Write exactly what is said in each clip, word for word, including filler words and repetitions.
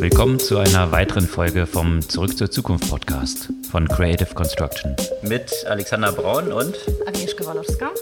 Willkommen zu einer weiteren Folge vom Zurück zur Zukunft Podcast von Creative Construction. Mit Alexander Braun und Agnieszka Walowska.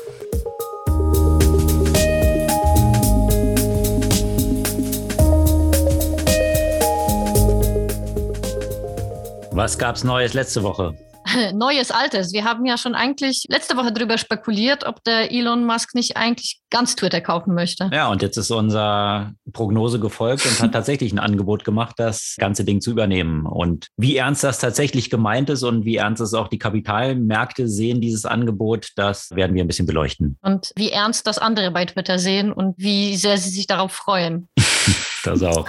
Was gab's Neues letzte Woche? Neues, Altes. Wir haben ja schon eigentlich letzte Woche darüber spekuliert, ob der Elon Musk nicht eigentlich ganz Twitter kaufen möchte. Ja, und jetzt ist unser Prognose gefolgt und hat tatsächlich ein Angebot gemacht, das ganze Ding zu übernehmen. Und wie ernst das tatsächlich gemeint ist und wie ernst es auch die Kapitalmärkte sehen, dieses Angebot, das werden wir ein bisschen beleuchten. Und wie ernst das andere bei Twitter sehen und wie sehr sie sich darauf freuen. Das auch.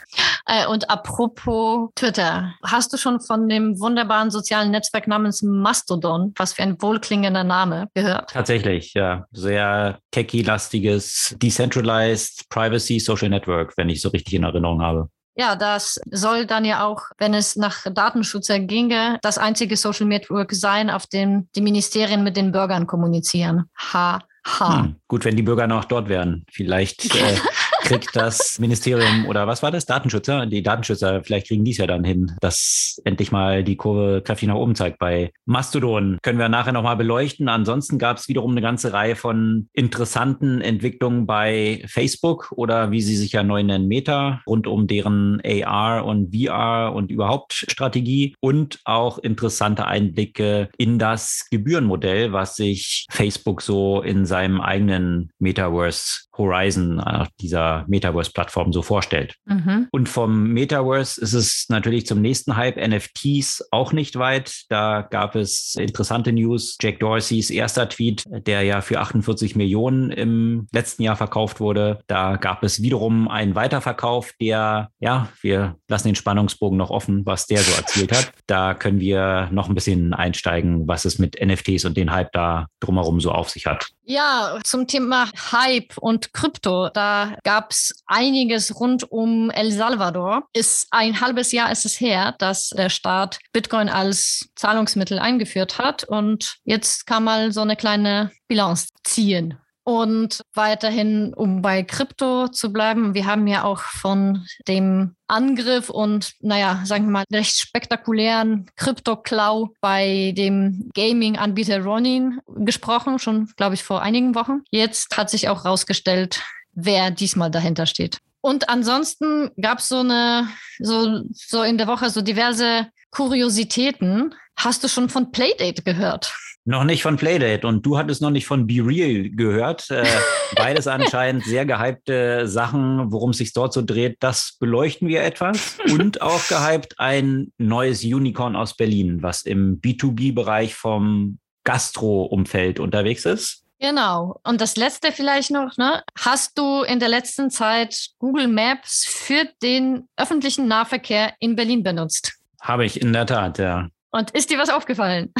Und apropos Twitter, hast du schon von dem wunderbaren sozialen Netzwerk namens Mastodon, was für ein wohlklingender Name, gehört? Tatsächlich, ja. Sehr techie-lastiges, decentralized Privacy Social Network, wenn ich so richtig in Erinnerung habe. Ja, das soll dann ja auch, wenn es nach Datenschutzer ginge, das einzige Social Network sein, auf dem die Ministerien mit den Bürgern kommunizieren. Ha, ha. Hm, gut, wenn die Bürger noch dort wären. Vielleicht äh, kriegt das Ministerium oder was war das? Datenschützer? Die Datenschützer, vielleicht kriegen die es ja dann hin, dass endlich mal die Kurve kräftig nach oben zeigt. Bei Mastodon können wir nachher nochmal beleuchten. Ansonsten gab es wiederum eine ganze Reihe von interessanten Entwicklungen bei Facebook oder wie sie sich ja neu nennen, Meta, rund um deren A R und V R und überhaupt Strategie und auch interessante Einblicke in das Gebührenmodell, was sich Facebook so in seinem eigenen Metaverse Horizon, dieser Metaverse-Plattform, so vorstellt. Mhm. Und vom Metaverse ist es natürlich zum nächsten Hype, N F Ts, auch nicht weit. Da gab es interessante News. Jack Dorseys erster Tweet, der ja für achtundvierzig Millionen im letzten Jahr verkauft wurde. Da gab es wiederum einen Weiterverkauf, der, ja, wir lassen den Spannungsbogen noch offen, was der so erzielt hat. Da können wir noch ein bisschen einsteigen, was es mit N F Ts und den Hype da drumherum so auf sich hat. Ja, zum Thema Hype und Krypto, da gab es einiges rund um El Salvador. Ist ein halbes Jahr ist es her, dass der Staat Bitcoin als Zahlungsmittel eingeführt hat und jetzt kann man so eine kleine Bilanz ziehen. Und weiterhin, um bei Krypto zu bleiben, wir haben ja auch von dem Angriff und, naja, sagen wir mal, recht spektakulären Krypto-Klau bei dem Gaming-Anbieter Ronin gesprochen, schon, glaube ich, vor einigen Wochen. Jetzt hat sich auch rausgestellt, wer diesmal dahinter steht. Und ansonsten gab es so eine, so, so in der Woche so diverse Kuriositäten. Hast du schon von Playdate gehört? Noch nicht von Playdate und du hattest noch nicht von BeReal gehört. Äh, beides anscheinend sehr gehypte Sachen, worum es sich dort so dreht. Das beleuchten wir etwas. Und auch gehypt ein neues Unicorn aus Berlin, was im B zwei B-Bereich vom Gastro-Umfeld unterwegs ist. Genau. Und das Letzte vielleicht noch, ne? Hast du in der letzten Zeit Google Maps für den öffentlichen Nahverkehr in Berlin benutzt? Habe ich in der Tat, ja. Und ist dir was aufgefallen?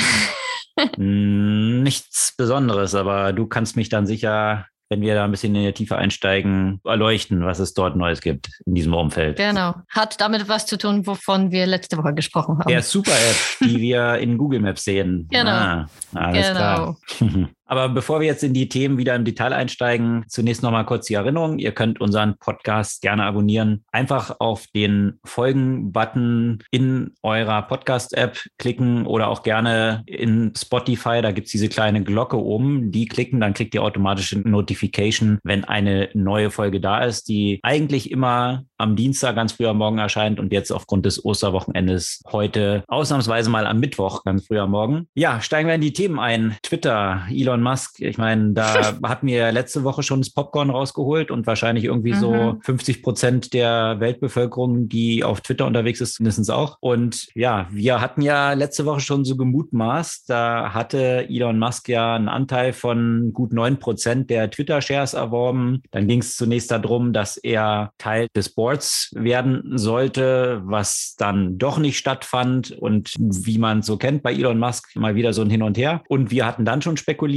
Nichts Besonderes, aber du kannst mich dann sicher, wenn wir da ein bisschen in die Tiefe einsteigen, erleuchten, was es dort Neues gibt in diesem Umfeld. Genau. Hat damit was zu tun, wovon wir letzte Woche gesprochen haben. Der Super-App, die wir in Google Maps sehen. Genau. Ah, alles genau. klar. Aber bevor wir jetzt in die Themen wieder im Detail einsteigen, zunächst nochmal kurz die Erinnerung. Ihr könnt unseren Podcast gerne abonnieren. Einfach auf den Folgen-Button in eurer Podcast-App klicken oder auch gerne in Spotify. Da gibt's diese kleine Glocke oben. Die klicken, dann kriegt ihr automatisch eine Notification, wenn eine neue Folge da ist, die eigentlich immer am Dienstag ganz früh am Morgen erscheint und jetzt aufgrund des Osterwochenendes heute ausnahmsweise mal am Mittwoch ganz früh am Morgen. Ja, steigen wir in die Themen ein. Twitter, Elon Musk, ich meine, da hatten wir letzte Woche schon das Popcorn rausgeholt und wahrscheinlich irgendwie mhm. so fünfzig Prozent der Weltbevölkerung, die auf Twitter unterwegs ist, mindestens auch. Und ja, wir hatten ja letzte Woche schon so gemutmaßt, da hatte Elon Musk ja einen Anteil von gut neun Prozent der Twitter-Shares erworben. Dann ging es zunächst darum, dass er Teil des Boards werden sollte, was dann doch nicht stattfand und wie man es so kennt bei Elon Musk, mal wieder so ein Hin und Her. Und wir hatten dann schon spekuliert,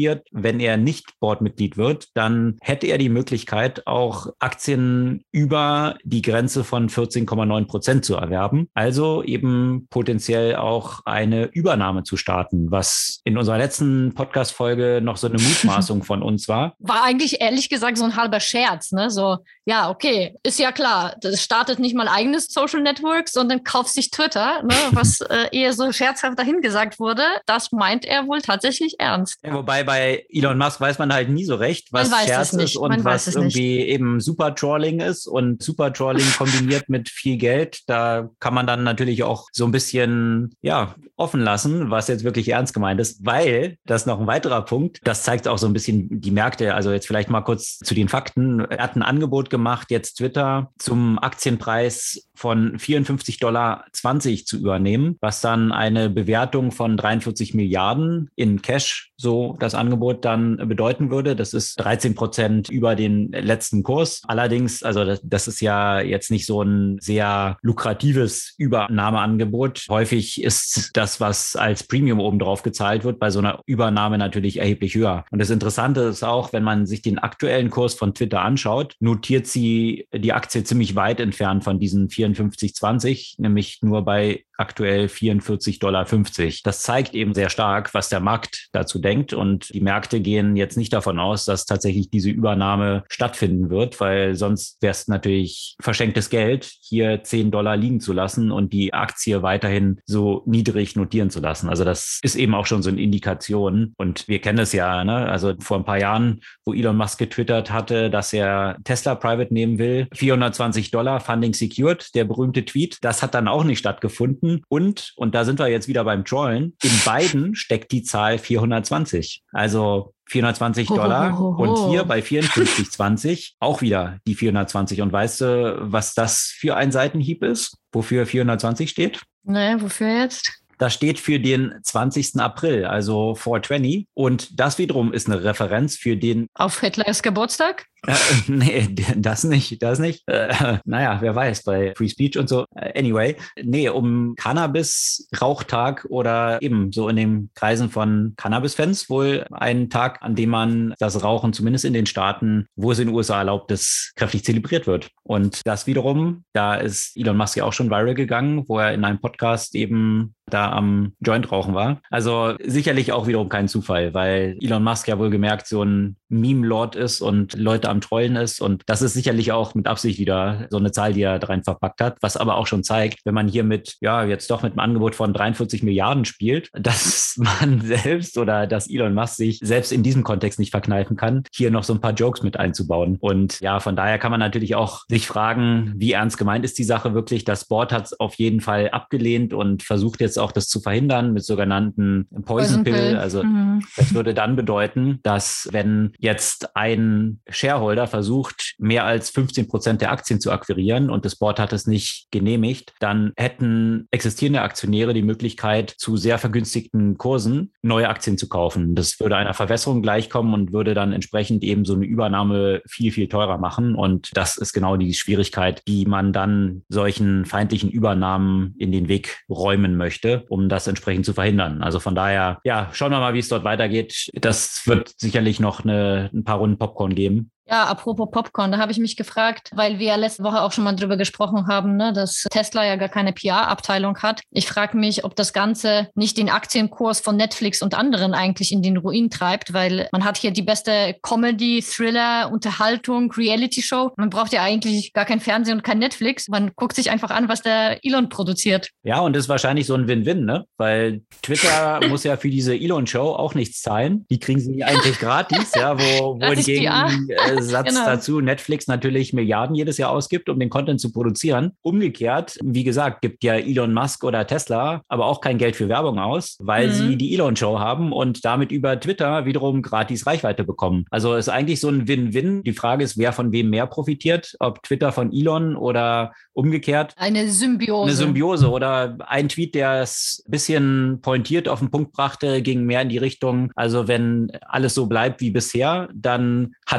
spekuliert, wenn er nicht Boardmitglied wird, dann hätte er die Möglichkeit, auch Aktien über die Grenze von vierzehn Komma neun Prozent zu erwerben. Also eben potenziell auch eine Übernahme zu starten, was in unserer letzten Podcast-Folge noch so eine Mutmaßung von uns war. War eigentlich ehrlich gesagt so ein halber Scherz, ne? So, ja, okay, ist ja klar, das startet nicht mal eigenes Social Network, sondern kauft sich Twitter, ne? Was äh, eher so scherzhaft dahingesagt wurde. Das meint er wohl tatsächlich ernst. Ja, wobei bei Elon Musk weiß man halt nie so recht, was Scherz ist und man was irgendwie nicht. eben Super-Trolling ist. Und Super-Trolling kombiniert mit viel Geld, da kann man dann natürlich auch so ein bisschen, ja, offen lassen, was jetzt wirklich ernst gemeint ist, weil, das ist noch ein weiterer Punkt, das zeigt auch so ein bisschen die Märkte, also jetzt vielleicht mal kurz zu den Fakten. Er hat ein Angebot gemacht, jetzt Twitter zum Aktienpreis von vierundfünfzig Komma zwanzig Dollar zu übernehmen, was dann eine Bewertung von dreiundvierzig Milliarden in Cash, so das Angebot dann bedeuten würde. Das ist dreizehn Prozent über den letzten Kurs. Allerdings, also das, das ist ja jetzt nicht so ein sehr lukratives Übernahmeangebot. Häufig ist das, was als Premium obendrauf gezahlt wird, bei so einer Übernahme natürlich erheblich höher. Und das Interessante ist auch, wenn man sich den aktuellen Kurs von Twitter anschaut, notiert sie die Aktie ziemlich weit entfernt von diesen vierundfünfzig Komma zwanzig, nämlich nur bei aktuell vierundvierzig Komma fünfzig Dollar. Das zeigt eben sehr stark, was der Markt dazu denkt. Und die Märkte gehen jetzt nicht davon aus, dass tatsächlich diese Übernahme stattfinden wird, weil sonst wäre es natürlich verschenktes Geld, hier zehn Dollar liegen zu lassen und die Aktie weiterhin so niedrig notieren zu lassen. Also das ist eben auch schon so eine Indikation. Und wir kennen es ja, ne? Also vor ein paar Jahren, wo Elon Musk getwittert hatte, dass er Tesla private nehmen will, vierhundertzwanzig Dollar Funding secured, der berühmte Tweet. Das hat dann auch nicht stattgefunden. Und, und da sind wir jetzt wieder beim Trollen, in beiden steckt die Zahl vierhundertzwanzig. Also vierhundertzwanzig Dollar ho, ho, ho. Und hier bei vierundfünfzig Komma zwanzig auch wieder die vierhundertzwanzig. Und weißt du, was das für ein Seitenhieb ist? Wofür vierhundertzwanzig steht? Ne, wofür jetzt? Das steht für den zwanzigsten April, also vierhundertzwanzig. Und das wiederum ist eine Referenz für den... Auf Hitlers Geburtstag? Äh, nee, das nicht, das nicht. Äh, naja, wer weiß, bei Free Speech und so. Anyway, nee, um Cannabis-Rauchtag oder eben so in den Kreisen von Cannabis-Fans wohl einen Tag, an dem man das Rauchen zumindest in den Staaten, wo es in den U S A erlaubt ist, kräftig zelebriert wird. Und das wiederum, da ist Elon Musk ja auch schon viral gegangen, wo er in einem Podcast eben da am Joint rauchen war. Also sicherlich auch wiederum kein Zufall, weil Elon Musk ja wohl gemerkt so ein Meme-Lord ist und Leute am Trollen ist. Und das ist sicherlich auch mit Absicht wieder so eine Zahl, die er da rein verpackt hat, was aber auch schon zeigt, wenn man hier mit, ja, jetzt doch mit einem Angebot von dreiundvierzig Milliarden spielt, dass man selbst oder dass Elon Musk sich selbst in diesem Kontext nicht verkneifen kann, hier noch so ein paar Jokes mit einzubauen. Und ja, von daher kann man natürlich auch sich fragen, wie ernst gemeint ist die Sache wirklich? Das Board hat es auf jeden Fall abgelehnt und versucht jetzt auch das zu verhindern mit sogenannten Poison Pill. Also mhm. Das würde dann bedeuten, dass wenn jetzt ein Shareholder versucht, mehr als fünfzehn Prozent der Aktien zu akquirieren und das Board hat es nicht genehmigt, dann hätten existierende Aktionäre die Möglichkeit, zu sehr vergünstigten Kursen neue Aktien zu kaufen. Das würde einer Verwässerung gleichkommen und würde dann entsprechend eben so eine Übernahme viel, viel teurer machen. Und das ist genau die Schwierigkeit, die man dann solchen feindlichen Übernahmen in den Weg räumen möchte, um das entsprechend zu verhindern. Also von daher, ja, schauen wir mal, wie es dort weitergeht. Das wird sicherlich noch eine, ein paar Runden Popcorn geben. Ja, apropos Popcorn, da habe ich mich gefragt, weil wir ja letzte Woche auch schon mal drüber gesprochen haben, ne, dass Tesla ja gar keine P R-Abteilung hat. Ich frage mich, ob das Ganze nicht den Aktienkurs von Netflix und anderen eigentlich in den Ruin treibt, weil man hat hier die beste Comedy, Thriller, Unterhaltung, Reality-Show. Man braucht ja eigentlich gar kein Fernsehen und kein Netflix. Man guckt sich einfach an, was der Elon produziert. Ja, und das ist wahrscheinlich so ein Win-Win, ne? Weil Twitter muss ja für diese Elon-Show auch nichts zahlen. Die kriegen sie eigentlich gratis, ja, wo, wo hingegen Satz genau. dazu Netflix natürlich Milliarden jedes Jahr ausgibt, um den Content zu produzieren. Umgekehrt, wie gesagt, gibt ja Elon Musk oder Tesla aber auch kein Geld für Werbung aus, weil mhm. sie die Elon-Show haben und damit über Twitter wiederum gratis Reichweite bekommen. Also ist eigentlich so ein Win-Win. Die Frage ist, wer von wem mehr profitiert, ob Twitter von Elon oder umgekehrt. Eine Symbiose. Eine Symbiose oder ein Tweet, der es ein bisschen pointiert auf den Punkt brachte, ging mehr in die Richtung, also wenn alles so bleibt wie bisher, dann hat Twitter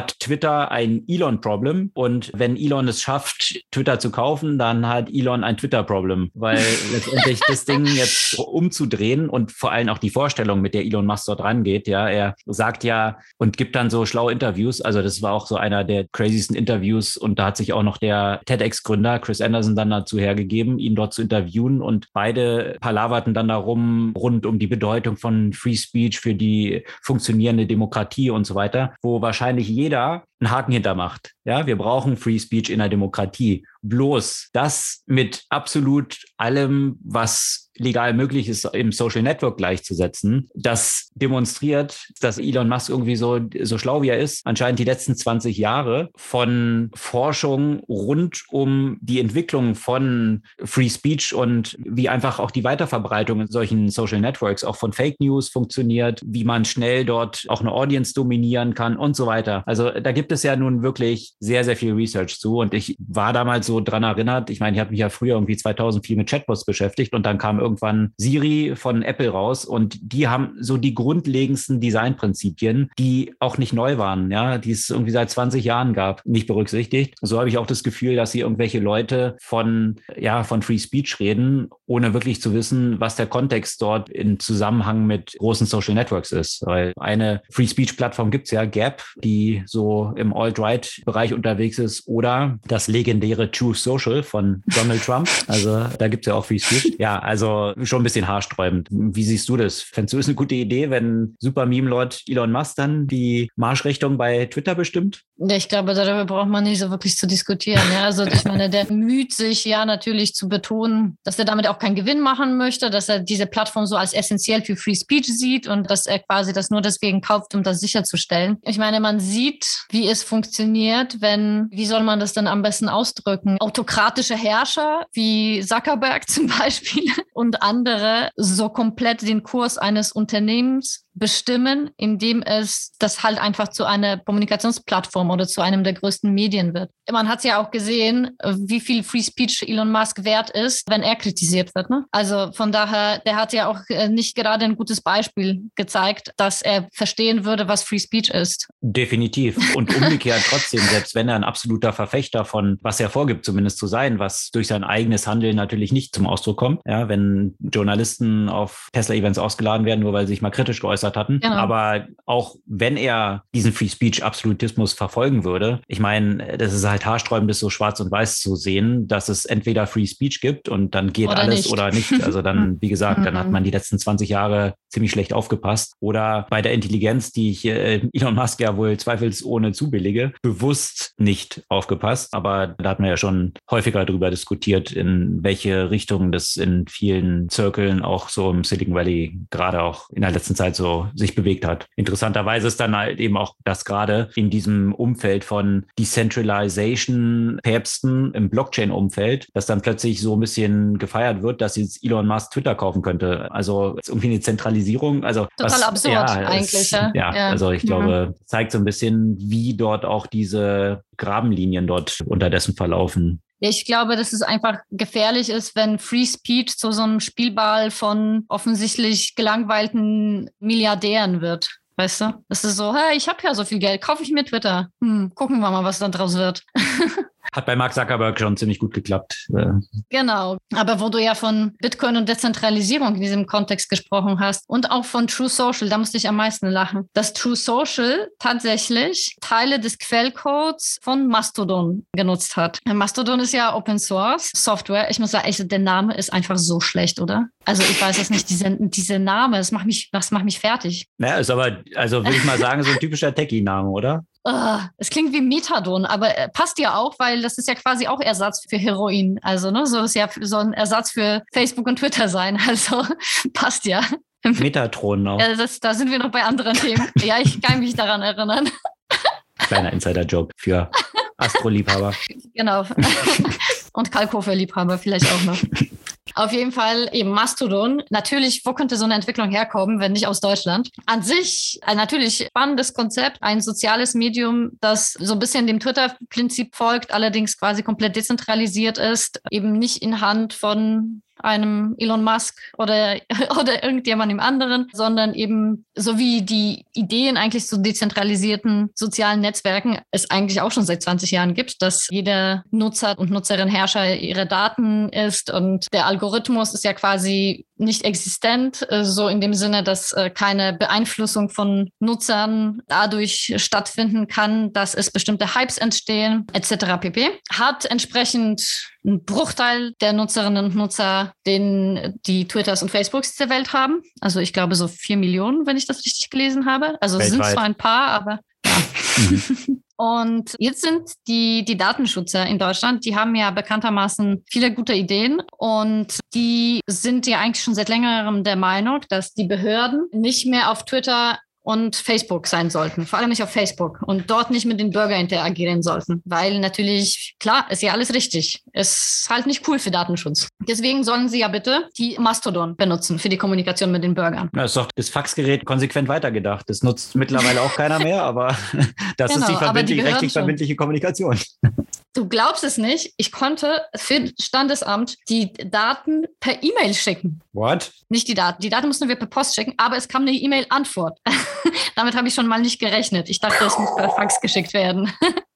Twitter ein Elon-Problem und wenn Elon es schafft, Twitter zu kaufen, dann hat Elon ein Twitter-Problem, weil letztendlich das Ding jetzt umzudrehen und vor allem auch die Vorstellung, mit der Elon Musk dort rangeht, ja, er sagt ja und gibt dann so schlaue Interviews, also das war auch so einer der craziesten Interviews und da hat sich auch noch der TEDx-Gründer Chris Anderson dann dazu hergegeben, ihn dort zu interviewen und beide palaverten dann darum, rund um die Bedeutung von Free Speech für die funktionierende Demokratie und so weiter, wo wahrscheinlich jeder einen Haken hintermacht. Ja, wir brauchen Free Speech in der Demokratie. Bloß das mit absolut allem, was legal möglich ist, im Social Network gleichzusetzen, das demonstriert, dass Elon Musk irgendwie so, so schlau wie er ist, anscheinend die letzten zwanzig Jahre von Forschung rund um die Entwicklung von Free Speech und wie einfach auch die Weiterverbreitung in solchen Social Networks, auch von Fake News funktioniert, wie man schnell dort auch eine Audience dominieren kann und so weiter. Also da gibt es ja nun wirklich sehr, sehr viel Research zu und ich war damals so dran erinnert, ich meine, ich habe mich ja früher irgendwie zweitausend viel mit Chatbots beschäftigt und dann kam irgendwann Siri von Apple raus und die haben so die grundlegendsten Designprinzipien, die auch nicht neu waren, ja, die es irgendwie seit zwanzig Jahren gab, nicht berücksichtigt. So habe ich auch das Gefühl, dass hier irgendwelche Leute von, ja, von Free Speech reden, ohne wirklich zu wissen, was der Kontext dort in Zusammenhang mit großen Social Networks ist. Weil eine Free Speech Plattform gibt's ja, Gap, die so im Alt-Right-Bereich unterwegs ist oder das legendäre Truth Social von Donald Trump. Also da gibt's ja auch Free Speech. Ja, also schon ein bisschen haarsträubend. Wie siehst du das? Fändest du es eine gute Idee, wenn Super Meme-Lord Elon Musk dann die Marschrichtung bei Twitter bestimmt? Ja, ich glaube, darüber braucht man nicht so wirklich zu diskutieren. Ja, also ich meine, der müht sich ja natürlich zu betonen, dass er damit auch keinen Gewinn machen möchte, dass er diese Plattform so als essentiell für Free Speech sieht und dass er quasi das nur deswegen kauft, um das sicherzustellen. Ich meine, man sieht, wie es funktioniert, wenn, wie soll man das denn am besten ausdrücken? Autokratische Herrscher wie Zuckerberg zum Beispiel und andere so komplett den Kurs eines Unternehmens bestimmen, indem es das halt einfach zu einer Kommunikationsplattform oder zu einem der größten Medien wird. Man hat ja auch gesehen, wie viel Free Speech Elon Musk wert ist, wenn er kritisiert wird. Ne? Also von daher, der hat ja auch nicht gerade ein gutes Beispiel gezeigt, dass er verstehen würde, was Free Speech ist. Definitiv. Und umgekehrt trotzdem, selbst wenn er ein absoluter Verfechter von, was er vorgibt, zumindest zu sein, was durch sein eigenes Handeln natürlich nicht zum Ausdruck kommt. Ja, wenn Journalisten auf Tesla-Events ausgeladen werden, nur weil sie sich mal kritisch geäußert hatten. Genau. Aber auch wenn er diesen Free Speech Absolutismus verfolgen würde, ich meine, das ist halt haarsträubend, das so schwarz und weiß zu sehen, dass es entweder Free Speech gibt und dann geht oder alles nicht. Oder nicht. Also dann, wie gesagt, dann hat man die letzten zwanzig Jahre ziemlich schlecht aufgepasst. Oder bei der Intelligenz, die ich äh, Elon Musk ja wohl zweifelsohne zubillige, bewusst nicht aufgepasst. Aber da hat man ja schon häufiger darüber diskutiert, in welche Richtung das in vielen Zirkeln auch so im Silicon Valley gerade auch in der letzten Zeit so sich bewegt hat. Interessanterweise ist dann halt eben auch das gerade in diesem Umfeld von Decentralization-Päpsten im Blockchain-Umfeld, dass dann plötzlich so ein bisschen gefeiert wird, dass jetzt Elon Musk Twitter kaufen könnte. Also irgendwie eine Zentralisierung. Also total was, absurd ja, eigentlich. Es, ja. Ja, ja, also ich glaube, mhm. zeigt so ein bisschen, wie dort auch diese Grabenlinien dort unterdessen verlaufen. Ich glaube, dass es einfach gefährlich ist, wenn Free Speech zu so einem Spielball von offensichtlich gelangweilten Milliardären wird. Weißt du? Das ist so, hey, ich habe ja so viel Geld, kaufe ich mir Twitter. Hm, gucken wir mal, was dann draus wird. Hat bei Mark Zuckerberg schon ziemlich gut geklappt. Genau. Aber wo du ja von Bitcoin und Dezentralisierung in diesem Kontext gesprochen hast und auch von True Social, da musste ich am meisten lachen, dass True Social tatsächlich Teile des Quellcodes von Mastodon genutzt hat. Mastodon ist ja Open Source Software. Ich muss sagen, also der Name ist einfach so schlecht, oder? Also ich weiß es nicht, diese, diese Name, das macht mich, das macht mich fertig. Naja, ist aber, also würde ich mal sagen, so ein typischer Techie-Name, oder? Uh, es klingt wie Methadon, aber passt ja auch, weil das ist ja quasi auch Ersatz für Heroin. Also, ne, so ist ja so ein Ersatz für Facebook und Twitter sein. Also, passt ja. Metatron auch. Ja, das, da sind wir noch bei anderen Themen. Ja, ich kann mich daran erinnern. Kleiner Insider-Joke für Astro-Liebhaber. Genau. Und Kalkofer-Liebhaber vielleicht auch noch. Auf jeden Fall eben Mastodon. Natürlich, wo könnte so eine Entwicklung herkommen, wenn nicht aus Deutschland? An sich ein natürlich spannendes Konzept, ein soziales Medium, das so ein bisschen dem Twitter-Prinzip folgt, allerdings quasi komplett dezentralisiert ist, eben nicht in Hand von einem Elon Musk oder, oder irgendjemandem anderen, sondern eben so wie die Ideen eigentlich zu dezentralisierten sozialen Netzwerken es eigentlich auch schon seit zwanzig Jahren gibt, dass jeder Nutzer und Nutzerin Herrscher ihrer Daten ist und der Algorithmus ist ja quasi nicht existent, so in dem Sinne, dass keine Beeinflussung von Nutzern dadurch stattfinden kann, dass es bestimmte Hypes entstehen, et cetera pp. Hat entsprechend einen Bruchteil der Nutzerinnen und Nutzer, den die Twitters und Facebooks dieser Welt haben. Also ich glaube so vier Millionen, wenn ich das richtig gelesen habe. Also es sind zwar ein paar, aber ja. Mhm. Und jetzt sind die, die Datenschützer in Deutschland, die haben ja bekanntermaßen viele gute Ideen und die sind ja eigentlich schon seit längerem der Meinung, dass die Behörden nicht mehr auf Twitter und Facebook sein sollten, vor allem nicht auf Facebook und dort nicht mit den Bürgern interagieren sollten, weil natürlich, klar, ist ja alles richtig. Ist halt nicht cool für Datenschutz. Deswegen sollen sie ja bitte die Mastodon benutzen für die Kommunikation mit den Bürgern. Ja, ist doch das Faxgerät konsequent weitergedacht. Das nutzt mittlerweile auch keiner mehr, aber das genau, ist die, verbindlich, die rechtlich schon. verbindliche Kommunikation. Du glaubst es nicht, ich konnte für das Standesamt die Daten per E-Mail schicken. What? Nicht die Daten. Die Daten mussten wir per Post schicken, aber es kam eine E-Mail-Antwort. Damit habe ich schon mal nicht gerechnet. Ich dachte, es muss per Fax geschickt werden.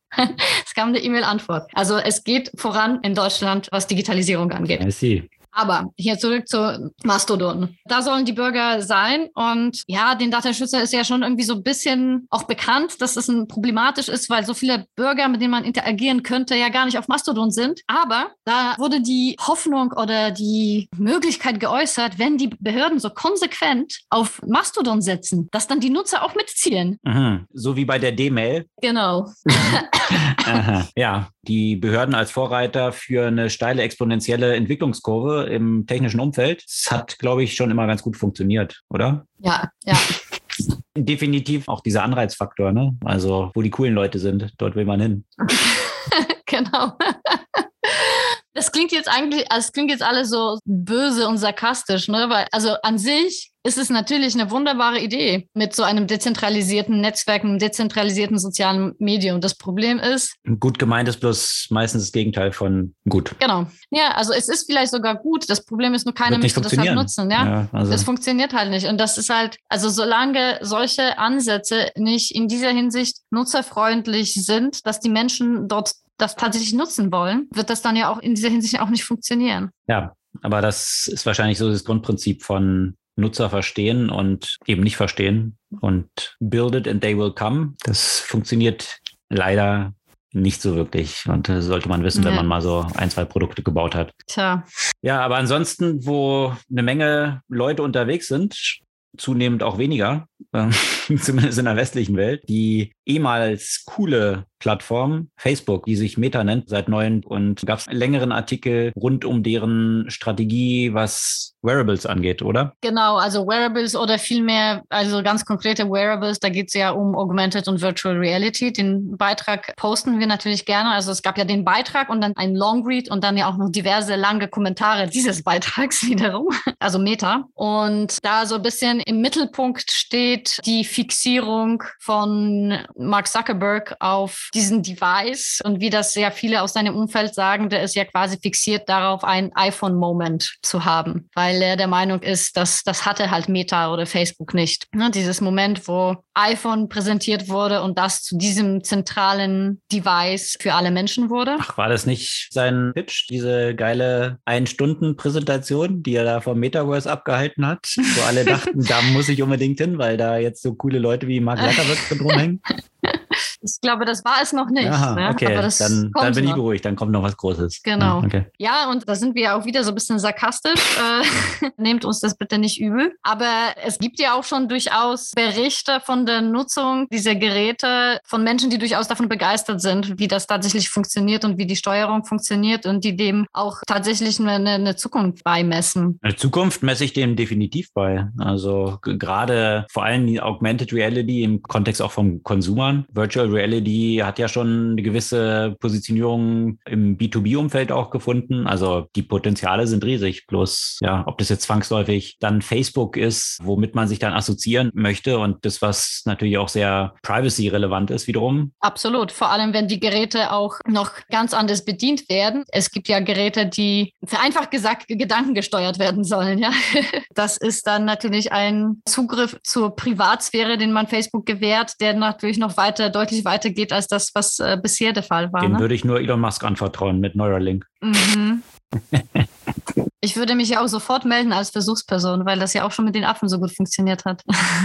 Es kam eine E-Mail-Antwort. Also es geht voran in Deutschland, was Digitalisierung angeht. I see. Aber hier zurück zu Mastodon. Da sollen die Bürger sein und ja, den Datenschützer ist ja schon irgendwie so ein bisschen auch bekannt, dass es ein problematisch ist, weil so viele Bürger, mit denen man interagieren könnte, ja gar nicht auf Mastodon sind. Aber da wurde die Hoffnung oder die Möglichkeit geäußert, wenn die Behörden so konsequent auf Mastodon setzen, dass dann die Nutzer auch mitziehen. Mhm. So wie bei der D-Mail. Genau. Aha. Ja, die Behörden als Vorreiter für eine steile exponentielle Entwicklungskurve im technischen Umfeld. Das hat, glaube ich, schon immer ganz gut funktioniert, oder? Ja, ja. Definitiv auch dieser Anreizfaktor, ne? Also, wo die coolen Leute sind, dort will man hin. Genau. Das klingt jetzt eigentlich, also es klingt jetzt alles so böse und sarkastisch, ne? Weil, also an sich ist es natürlich eine wunderbare Idee mit so einem dezentralisierten Netzwerk, einem dezentralisierten sozialen Medium. Das Problem ist... Gut gemeint ist bloß meistens das Gegenteil von gut. Genau. Ja, also es ist vielleicht sogar gut. Das Problem ist nur, keiner möchte das halt nutzen. Ja, ja also. Es funktioniert halt nicht. Und das ist halt, also solange solche Ansätze nicht in dieser Hinsicht nutzerfreundlich sind, dass die Menschen dort das tatsächlich nutzen wollen, wird das dann ja auch in dieser Hinsicht auch nicht funktionieren. Ja, aber das ist wahrscheinlich so das Grundprinzip von Nutzer verstehen und eben nicht verstehen und build it and they will come. Das funktioniert leider nicht so wirklich und das sollte man wissen, ja. wenn man mal so ein, zwei Produkte gebaut hat. Tja. Ja, aber ansonsten, wo eine Menge Leute unterwegs sind, zunehmend auch weniger, äh, zumindest in der westlichen Welt, die ehemals coole Plattform, Facebook, die sich Meta nennt, seit neuem und gab es einen längeren Artikel rund um deren Strategie, was Wearables angeht, oder? Genau, also Wearables oder vielmehr, also ganz konkrete Wearables, da geht es ja um Augmented und Virtual Reality. Den Beitrag posten wir natürlich gerne. Also es gab ja den Beitrag und dann ein Longread und dann ja auch noch diverse lange Kommentare dieses Beitrags wiederum, also Meta. Und da so ein bisschen im Mittelpunkt steht die Fixierung von Mark Zuckerberg auf diesen Device und wie das sehr viele aus seinem Umfeld sagen, der ist ja quasi fixiert darauf, einen iPhone-Moment zu haben, weil er der Meinung ist, dass das hatte halt Meta oder Facebook nicht. Ne, dieses Moment, wo iPhone präsentiert wurde und das zu diesem zentralen Device für alle Menschen wurde. Ach, war das nicht sein Pitch, diese geile Ein-Stunden-Präsentation, die er da vom Metaverse abgehalten hat, wo alle dachten, da muss ich unbedingt hin, weil da jetzt so coole Leute wie Mark Zuckerberg drum hängen? Ich glaube, das war es noch nicht. Aha, ne? Okay, aber das dann, dann bin noch. ich beruhigt, dann kommt noch was Großes. Genau. Ja, okay. Ja, und da sind wir auch wieder so ein bisschen sarkastisch. Äh, nehmt uns das bitte nicht übel. Aber es gibt ja auch schon durchaus Berichte von der Nutzung dieser Geräte von Menschen, die durchaus davon begeistert sind, wie das tatsächlich funktioniert und wie die Steuerung funktioniert und die dem auch tatsächlich eine, eine Zukunft beimessen. Eine Zukunft messe ich dem definitiv bei. Also g- gerade vor allem die Augmented Reality im Kontext auch von Konsumern, Virtual Virtual Reality hat ja schon eine gewisse Positionierung im B zwei B-Umfeld auch gefunden. Also die Potenziale sind riesig. Bloß, ja, ob das jetzt zwangsläufig dann Facebook ist, womit man sich dann assoziieren möchte und das, was natürlich auch sehr privacy-relevant ist wiederum. Absolut. Vor allem, wenn die Geräte auch noch ganz anders bedient werden. Es gibt ja Geräte, die vereinfacht gesagt gedankengesteuert werden sollen. Ja, das ist dann natürlich ein Zugriff zur Privatsphäre, den man Facebook gewährt, der natürlich noch weiter, deutlich weiter geht als das, was äh, bisher der Fall war. Den ne? würde ich nur Elon Musk anvertrauen mit Neuralink. Mhm. Ich würde mich ja auch sofort melden als Versuchsperson, weil das ja auch schon mit den Affen so gut funktioniert hat.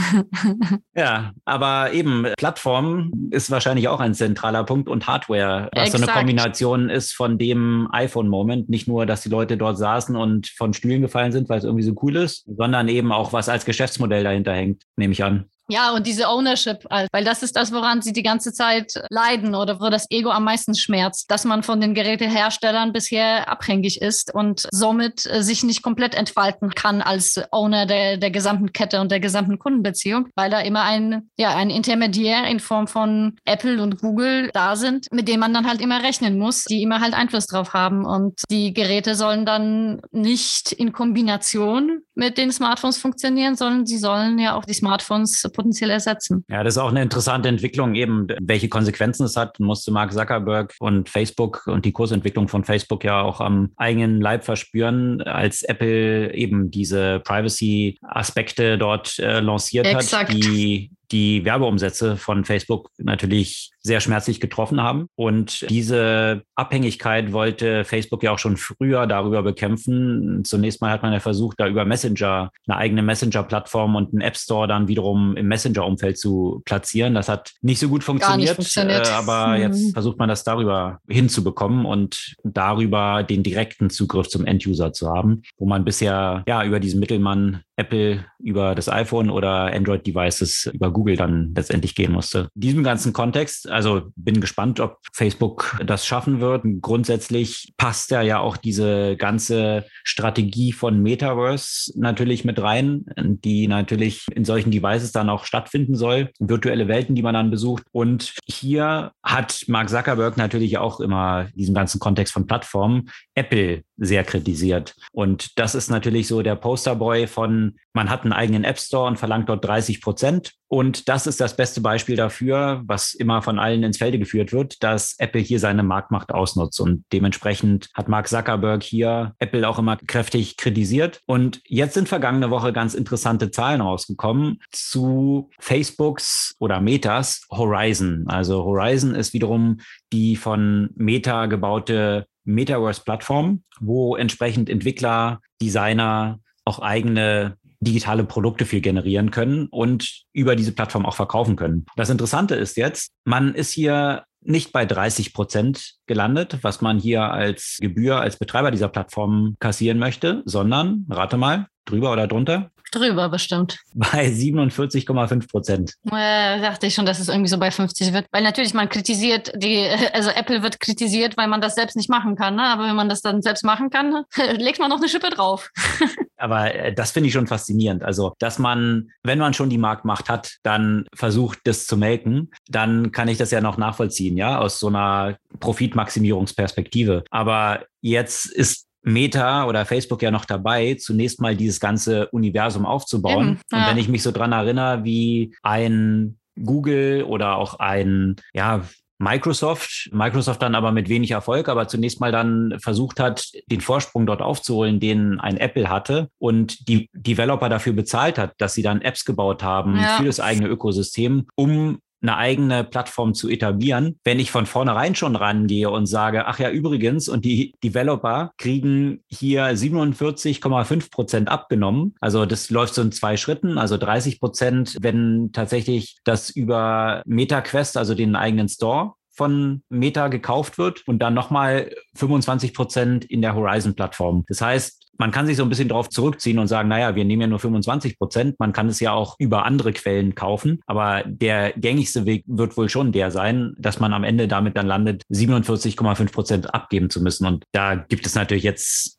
Ja, aber eben Plattform ist wahrscheinlich auch ein zentraler Punkt und Hardware, was Exakt. so eine Kombination ist von dem iPhone-Moment. Nicht nur, dass die Leute dort saßen und von Stühlen gefallen sind, weil es irgendwie so cool ist, sondern eben auch, was als Geschäftsmodell dahinter hängt, nehme ich an. Ja, und diese Ownership, weil das ist das, woran sie die ganze Zeit leiden oder wo das Ego am meisten schmerzt, dass man von den Geräteherstellern bisher abhängig ist und somit sich nicht komplett entfalten kann als Owner der, der gesamten Kette und der gesamten Kundenbeziehung, weil da immer ein, ja, ein Intermediär in Form von Apple und Google da sind, mit dem man dann halt immer rechnen muss, die immer halt Einfluss drauf haben. Und die Geräte sollen dann nicht in Kombination mit den Smartphones funktionieren, sondern sie sollen ja auch die Smartphones potenziell ersetzen. Ja, das ist auch eine interessante Entwicklung, eben welche Konsequenzen es hat, musste Mark Zuckerberg und Facebook und die Kursentwicklung von Facebook ja auch am eigenen Leib verspüren, als Apple eben diese Privacy-Aspekte dort äh, lanciert Exakt. hat, die die Werbeumsätze von Facebook natürlich sehr schmerzlich getroffen haben. Und diese Abhängigkeit wollte Facebook ja auch schon früher darüber bekämpfen. Zunächst mal hat man ja versucht, da über Messenger eine eigene Messenger-Plattform und einen App Store dann wiederum im Messenger-Umfeld zu platzieren. Das hat nicht so gut funktioniert, Gar nicht funktioniert. Äh, aber hm. jetzt versucht man das darüber hinzubekommen und darüber den direkten Zugriff zum End-User zu haben, wo man bisher ja über diesen Mittelmann Apple über das iPhone oder Android-Devices über Google dann letztendlich gehen musste. In diesem ganzen Kontext, also bin gespannt, ob Facebook das schaffen wird. Grundsätzlich passt ja ja auch diese ganze Strategie von Metaverse natürlich mit rein, die natürlich in solchen Devices dann auch stattfinden soll. Virtuelle Welten, die man dann besucht. Und hier hat Mark Zuckerberg natürlich auch immer diesen ganzen Kontext von Plattformen Apple sehr kritisiert. Und das ist natürlich so der Posterboy von, man hat einen eigenen App Store und verlangt dort dreißig Prozent. Und das ist das beste Beispiel dafür, was immer von allen ins Felde geführt wird, dass Apple hier seine Marktmacht ausnutzt. Und dementsprechend hat Mark Zuckerberg hier Apple auch immer kräftig kritisiert. Und jetzt sind vergangene Woche ganz interessante Zahlen rausgekommen zu Facebooks oder Metas Horizon. Also Horizon ist wiederum die von Meta gebaute Metaverse-Plattform, wo entsprechend Entwickler, Designer auch eigene digitale Produkte viel generieren können und über diese Plattform auch verkaufen können. Das Interessante ist jetzt, man ist hier nicht bei dreißig Prozent gelandet, was man hier als Gebühr, als Betreiber dieser Plattform kassieren möchte, sondern, rate mal, drüber oder drunter? Drüber bestimmt. Bei siebenundvierzig Komma fünf Prozent. Äh, dachte ich schon, dass es irgendwie so bei fünfzig wird. Weil natürlich man kritisiert, die, also Apple wird kritisiert, weil man das selbst nicht machen kann. Ne? Aber wenn man das dann selbst machen kann, legt man noch eine Schippe drauf. Aber äh, das finde ich schon faszinierend. Also, dass man, wenn man schon die Marktmacht hat, dann versucht, das zu melken, dann kann ich das ja noch nachvollziehen, ja, aus so einer Profitmaximierungsperspektive. Aber jetzt ist Meta oder Facebook ja noch dabei, zunächst mal dieses ganze Universum aufzubauen. Eben, ja. Und wenn ich mich so dran erinnere, wie ein Google oder auch ein, ja, Microsoft, Microsoft dann aber mit wenig Erfolg, aber zunächst mal dann versucht hat, den Vorsprung dort aufzuholen, den ein Apple hatte und die Developer dafür bezahlt hat, dass sie dann Apps gebaut haben ja. für das eigene Ökosystem, um eine eigene Plattform zu etablieren. Wenn ich von vornherein schon rangehe und sage, ach ja, übrigens, und die Developer kriegen hier siebenundvierzig Komma fünf Prozent abgenommen. Also das läuft so in zwei Schritten, also dreißig Prozent, wenn tatsächlich das über MetaQuest, also den eigenen Store von Meta gekauft wird und dann nochmal fünfundzwanzig Prozent in der Horizon-Plattform. Das heißt, man kann sich so ein bisschen drauf zurückziehen und sagen, naja, wir nehmen ja nur fünfundzwanzig Prozent. Man kann es ja auch über andere Quellen kaufen. Aber der gängigste Weg wird wohl schon der sein, dass man am Ende damit dann landet, siebenundvierzig Komma fünf Prozent abgeben zu müssen. Und da gibt es natürlich jetzt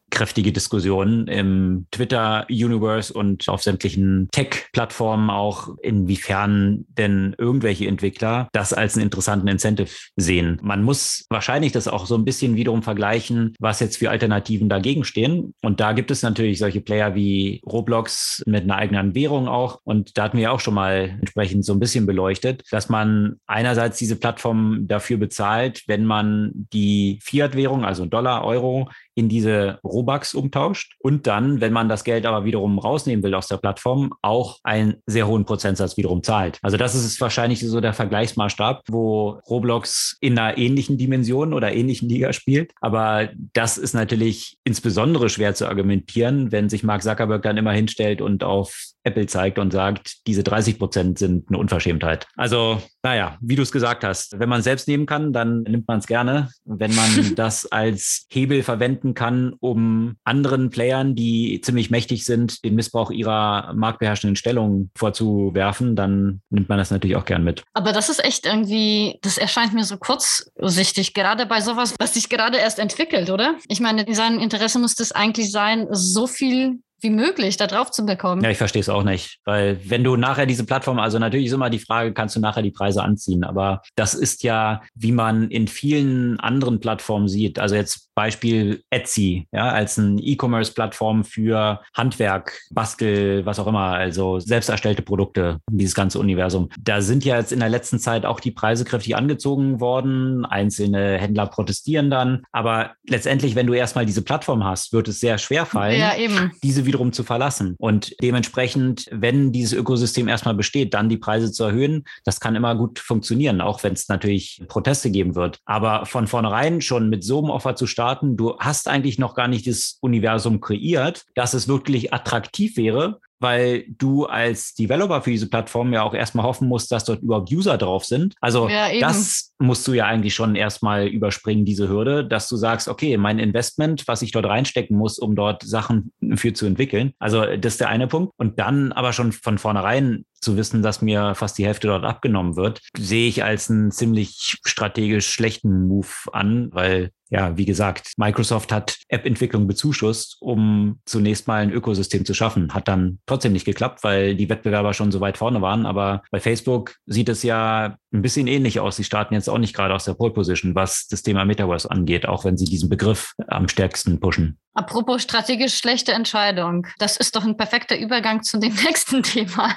kräftige Diskussionen im Twitter-Universe und auf sämtlichen Tech-Plattformen auch, inwiefern denn irgendwelche Entwickler das als einen interessanten Incentive sehen. Man muss wahrscheinlich das auch so ein bisschen wiederum vergleichen, was jetzt für Alternativen dagegen stehen. Und da gibt es natürlich solche Player wie Roblox mit einer eigenen Währung auch. Und da hatten wir auch schon mal entsprechend so ein bisschen beleuchtet, dass man einerseits diese Plattform dafür bezahlt, wenn man die Fiat-Währung, also Dollar, Euro, in diese Robux umtauscht und dann, wenn man das Geld aber wiederum rausnehmen will aus der Plattform, auch einen sehr hohen Prozentsatz wiederum zahlt. Also das ist wahrscheinlich so der Vergleichsmaßstab, wo Roblox in einer ähnlichen Dimension oder ähnlichen Liga spielt. Aber das ist natürlich insbesondere schwer zu argumentieren, wenn sich Mark Zuckerberg dann immer hinstellt und auf Apple zeigt und sagt, diese dreißig Prozent sind eine Unverschämtheit. Also, naja, wie du es gesagt hast, wenn man es selbst nehmen kann, dann nimmt man es gerne. Wenn man das als Hebel verwenden kann, um anderen Playern, die ziemlich mächtig sind, den Missbrauch ihrer marktbeherrschenden Stellung vorzuwerfen, dann nimmt man das natürlich auch gern mit. Aber das ist echt irgendwie, das erscheint mir so kurzsichtig, gerade bei sowas, was sich gerade erst entwickelt, oder? Ich meine, in seinem Interesse muss das eigentlich sein, so viel wie möglich da drauf zu bekommen. Ja, ich verstehe es auch nicht, weil wenn du nachher diese Plattform, also natürlich ist immer die Frage, kannst du nachher die Preise anziehen, aber das ist ja, wie man in vielen anderen Plattformen sieht, also jetzt Beispiel Etsy, ja, als eine E-Commerce-Plattform für Handwerk, Bastel, was auch immer, also selbst erstellte Produkte, dieses ganze Universum. Da sind ja jetzt in der letzten Zeit auch die Preise kräftig angezogen worden, einzelne Händler protestieren dann, aber letztendlich, wenn du erstmal diese Plattform hast, wird es sehr schwer fallen, ja, eben. diese wiederum zu verlassen. Und dementsprechend, wenn dieses Ökosystem erstmal besteht, dann die Preise zu erhöhen, das kann immer gut funktionieren, auch wenn es natürlich Proteste geben wird. Aber von vornherein schon mit so einem Offer zu starten, du hast eigentlich noch gar nicht das Universum kreiert, dass es wirklich attraktiv wäre, weil du als Developer für diese Plattform ja auch erstmal hoffen musst, dass dort überhaupt User drauf sind. Also ja, das musst du ja eigentlich schon erstmal überspringen, diese Hürde, dass du sagst, okay, mein Investment, was ich dort reinstecken muss, um dort Sachen für zu entwickeln. Also das ist der eine Punkt. Und dann aber schon von vornherein zu wissen, dass mir fast die Hälfte dort abgenommen wird, sehe ich als einen ziemlich strategisch schlechten Move an, weil ja, wie gesagt, Microsoft hat App-Entwicklung bezuschusst, um zunächst mal ein Ökosystem zu schaffen. Hat dann trotzdem nicht geklappt, weil die Wettbewerber schon so weit vorne waren. Aber bei Facebook sieht es ja ein bisschen ähnlich aus. Sie starten jetzt auch nicht gerade aus der Pole Position, was das Thema Metaverse angeht, auch wenn sie diesen Begriff am stärksten pushen. Apropos strategisch schlechte Entscheidung. Das ist doch ein perfekter Übergang zu dem nächsten Thema.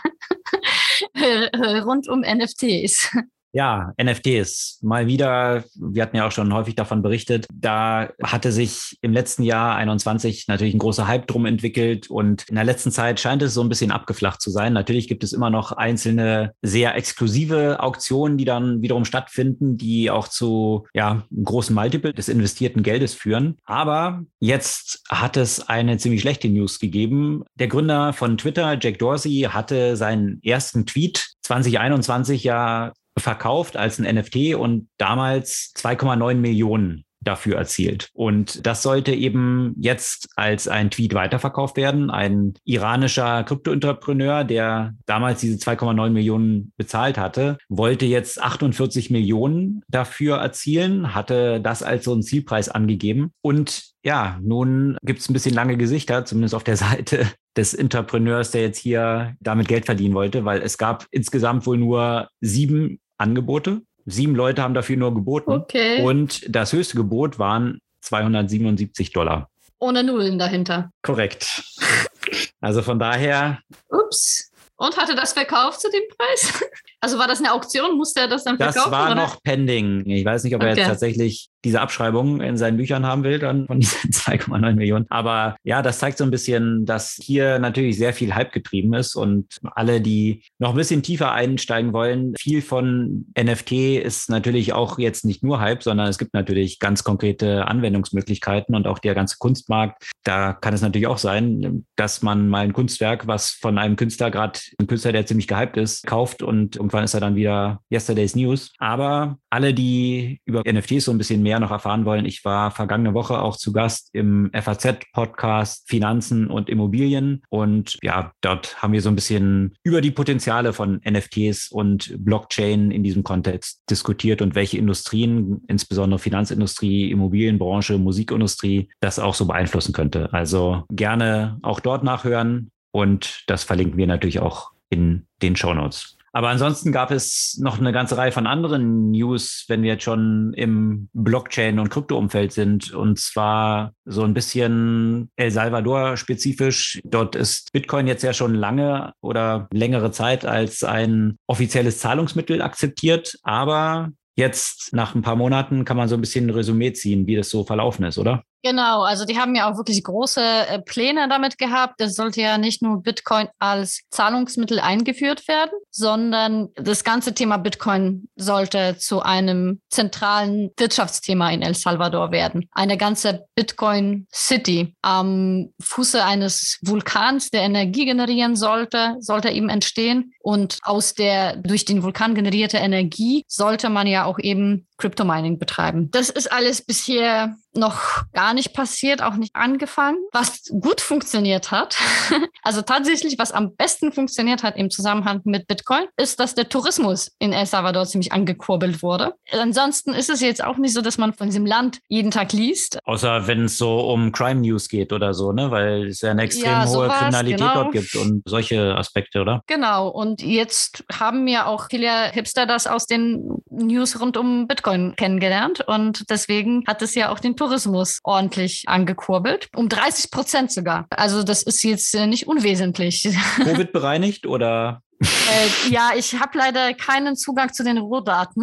Rund um N F Ts. Ja, N F Ts. Mal wieder, wir hatten ja auch schon häufig davon berichtet, da hatte sich im letzten Jahr einundzwanzig natürlich ein großer Hype drum entwickelt und in der letzten Zeit scheint es so ein bisschen abgeflacht zu sein. Natürlich gibt es immer noch einzelne sehr exklusive Auktionen, die dann wiederum stattfinden, die auch zu ja, einem großen Multiple des investierten Geldes führen. Aber jetzt hat es eine ziemlich schlechte News gegeben. Der Gründer von Twitter, Jack Dorsey, hatte seinen ersten Tweet zwanzig einundzwanzig ja verkauft als ein N F T und damals zwei Komma neun Millionen dafür erzielt. Und das sollte eben jetzt als ein Tweet weiterverkauft werden. Ein iranischer Krypto-Entrepreneur, der damals diese zwei Komma neun Millionen bezahlt hatte, wollte jetzt achtundvierzig Millionen dafür erzielen, hatte das als so einen Zielpreis angegeben. Und ja, nun gibt es ein bisschen lange Gesichter, zumindest auf der Seite des Entrepreneurs, der jetzt hier damit Geld verdienen wollte, weil es gab insgesamt wohl nur sieben Angebote. Sieben Leute haben dafür nur geboten. Okay. Und das höchste Gebot waren zweihundertsiebenundsiebzig Dollar. Ohne Nullen dahinter. Korrekt. Also von daher. Ups. Und hatte das verkauft zu dem Preis? Also war das eine Auktion? Musste er das dann verkaufen? Das war oder? noch pending. Ich weiß nicht, ob er okay. jetzt tatsächlich diese Abschreibung in seinen Büchern haben will, dann von diesen zwei Komma neun Millionen. Aber ja, das zeigt so ein bisschen, dass hier natürlich sehr viel Hype getrieben ist und alle, die noch ein bisschen tiefer einsteigen wollen, viel von N F T ist natürlich auch jetzt nicht nur Hype, sondern es gibt natürlich ganz konkrete Anwendungsmöglichkeiten und auch der ganze Kunstmarkt. Da kann es natürlich auch sein, dass man mal ein Kunstwerk, was von einem Künstler, gerade ein Künstler, der ziemlich gehypt ist, kauft und irgendwann ist er dann wieder Yesterday's News. Aber alle, die über N F Ts so ein bisschen mehr näher noch erfahren wollen, ich war vergangene Woche auch zu Gast im F A Z-Podcast Finanzen und Immobilien. Und ja, dort haben wir so ein bisschen über die Potenziale von N F Ts und Blockchain in diesem Kontext diskutiert und welche Industrien, insbesondere Finanzindustrie, Immobilienbranche, Musikindustrie, das auch so beeinflussen könnte. Also gerne auch dort nachhören und das verlinken wir natürlich auch in den Shownotes. Aber ansonsten gab es noch eine ganze Reihe von anderen News, wenn wir jetzt schon im Blockchain- und Krypto-Umfeld sind. Und zwar so ein bisschen El Salvador spezifisch. Dort ist Bitcoin jetzt ja schon lange oder längere Zeit als ein offizielles Zahlungsmittel akzeptiert. Aber jetzt nach ein paar Monaten kann man so ein bisschen ein Resümee ziehen, wie das so verlaufen ist, oder? Genau, also die haben ja auch wirklich große äh, Pläne damit gehabt. Es sollte ja nicht nur Bitcoin als Zahlungsmittel eingeführt werden, sondern das ganze Thema Bitcoin sollte zu einem zentralen Wirtschaftsthema in El Salvador werden. Eine ganze Bitcoin City am Fuße eines Vulkans, der Energie generieren sollte, sollte eben entstehen. Und aus der durch den Vulkan generierte Energie sollte man ja auch eben Crypto-Mining betreiben. Das ist alles bisher noch gar nicht passiert, auch nicht angefangen. Was gut funktioniert hat, also tatsächlich, was am besten funktioniert hat im Zusammenhang mit Bitcoin, ist, dass der Tourismus in El Salvador ziemlich angekurbelt wurde. Ansonsten ist es jetzt auch nicht so, dass man von diesem Land jeden Tag liest. Außer wenn es so um Crime News geht oder so, ne? Weil es ja eine extrem ja, hohe sowas, Kriminalität genau. dort gibt und solche Aspekte, oder? Genau. Und jetzt haben ja auch viele Hipster das aus den News rund um Bitcoin kennengelernt. Und deswegen hat es ja auch den Tourismus ordentlich angekurbelt. Um dreißig Prozent sogar. Also das ist jetzt nicht unwesentlich. Covid bereinigt oder? Äh, ja, ich habe leider keinen Zugang zu den Rohdaten.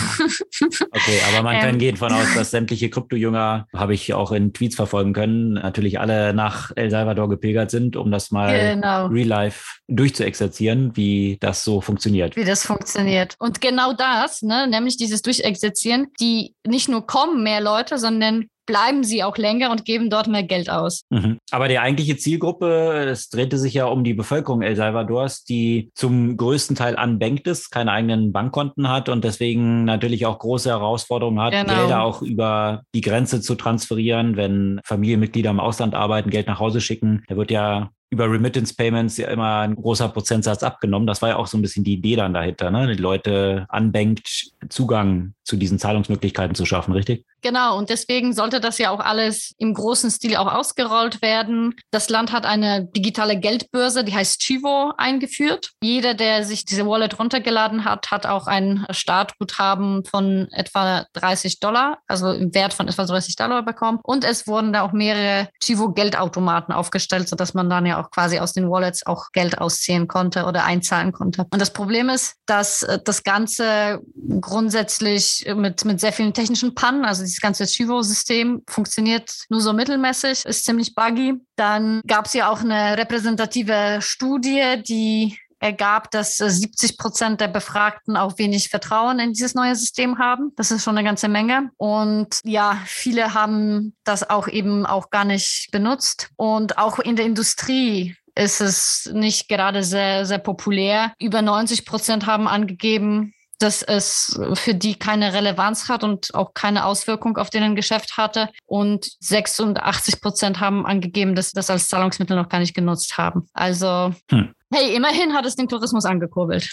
Okay, aber man ähm, kann gehen von aus, dass sämtliche Kryptojünger, habe ich auch in Tweets verfolgen können, natürlich alle nach El Salvador gepilgert sind, um das mal genau. real life durchzuexerzieren, wie das so funktioniert. Wie das funktioniert. Und genau das, ne, nämlich dieses Durchexerzieren, die nicht nur kommen mehr Leute, sondern bleiben sie auch länger und geben dort mehr Geld aus. Mhm. Aber die eigentliche Zielgruppe, es drehte sich ja um die Bevölkerung El Salvadors, die zum größten Teil unbanked ist, keine eigenen Bankkonten hat und deswegen natürlich auch große Herausforderungen hat, Genau. Gelder auch über die Grenze zu transferieren, wenn Familienmitglieder im Ausland arbeiten, Geld nach Hause schicken. Da wird ja über Remittance Payments ja immer ein großer Prozentsatz abgenommen. Das war ja auch so ein bisschen die Idee dann dahinter, ne? Die Leute unbanked Zugang zu diesen Zahlungsmöglichkeiten zu schaffen, richtig? Genau, und deswegen sollte das ja auch alles im großen Stil auch ausgerollt werden. Das Land hat eine digitale Geldbörse, die heißt Chivo, eingeführt. Jeder, der sich diese Wallet runtergeladen hat, hat auch ein Startguthaben von etwa dreißig Dollar, also im Wert von etwa dreißig Dollar bekommen. Und es wurden da auch mehrere Chivo-Geldautomaten aufgestellt, sodass man dann ja auch quasi aus den Wallets auch Geld ausziehen konnte oder einzahlen konnte. Und das Problem ist, dass das Ganze grundsätzlich mit, mit sehr vielen technischen Pannen, also dieses ganze Chivo-System funktioniert nur so mittelmäßig, ist ziemlich buggy. Dann gab es ja auch eine repräsentative Studie, die ergab, dass siebzig Prozent der Befragten auch wenig Vertrauen in dieses neue System haben. Das ist schon eine ganze Menge. Und ja, viele haben das auch eben auch gar nicht benutzt. Und auch in der Industrie ist es nicht gerade sehr, sehr populär. Über neunzig Prozent haben angegeben, dass es für die keine Relevanz hat und auch keine Auswirkung auf deren Geschäft hatte. Und sechsundachtzig Prozent haben angegeben, dass sie das als Zahlungsmittel noch gar nicht genutzt haben. Also, hm. hey, immerhin hat es den Tourismus angekurbelt.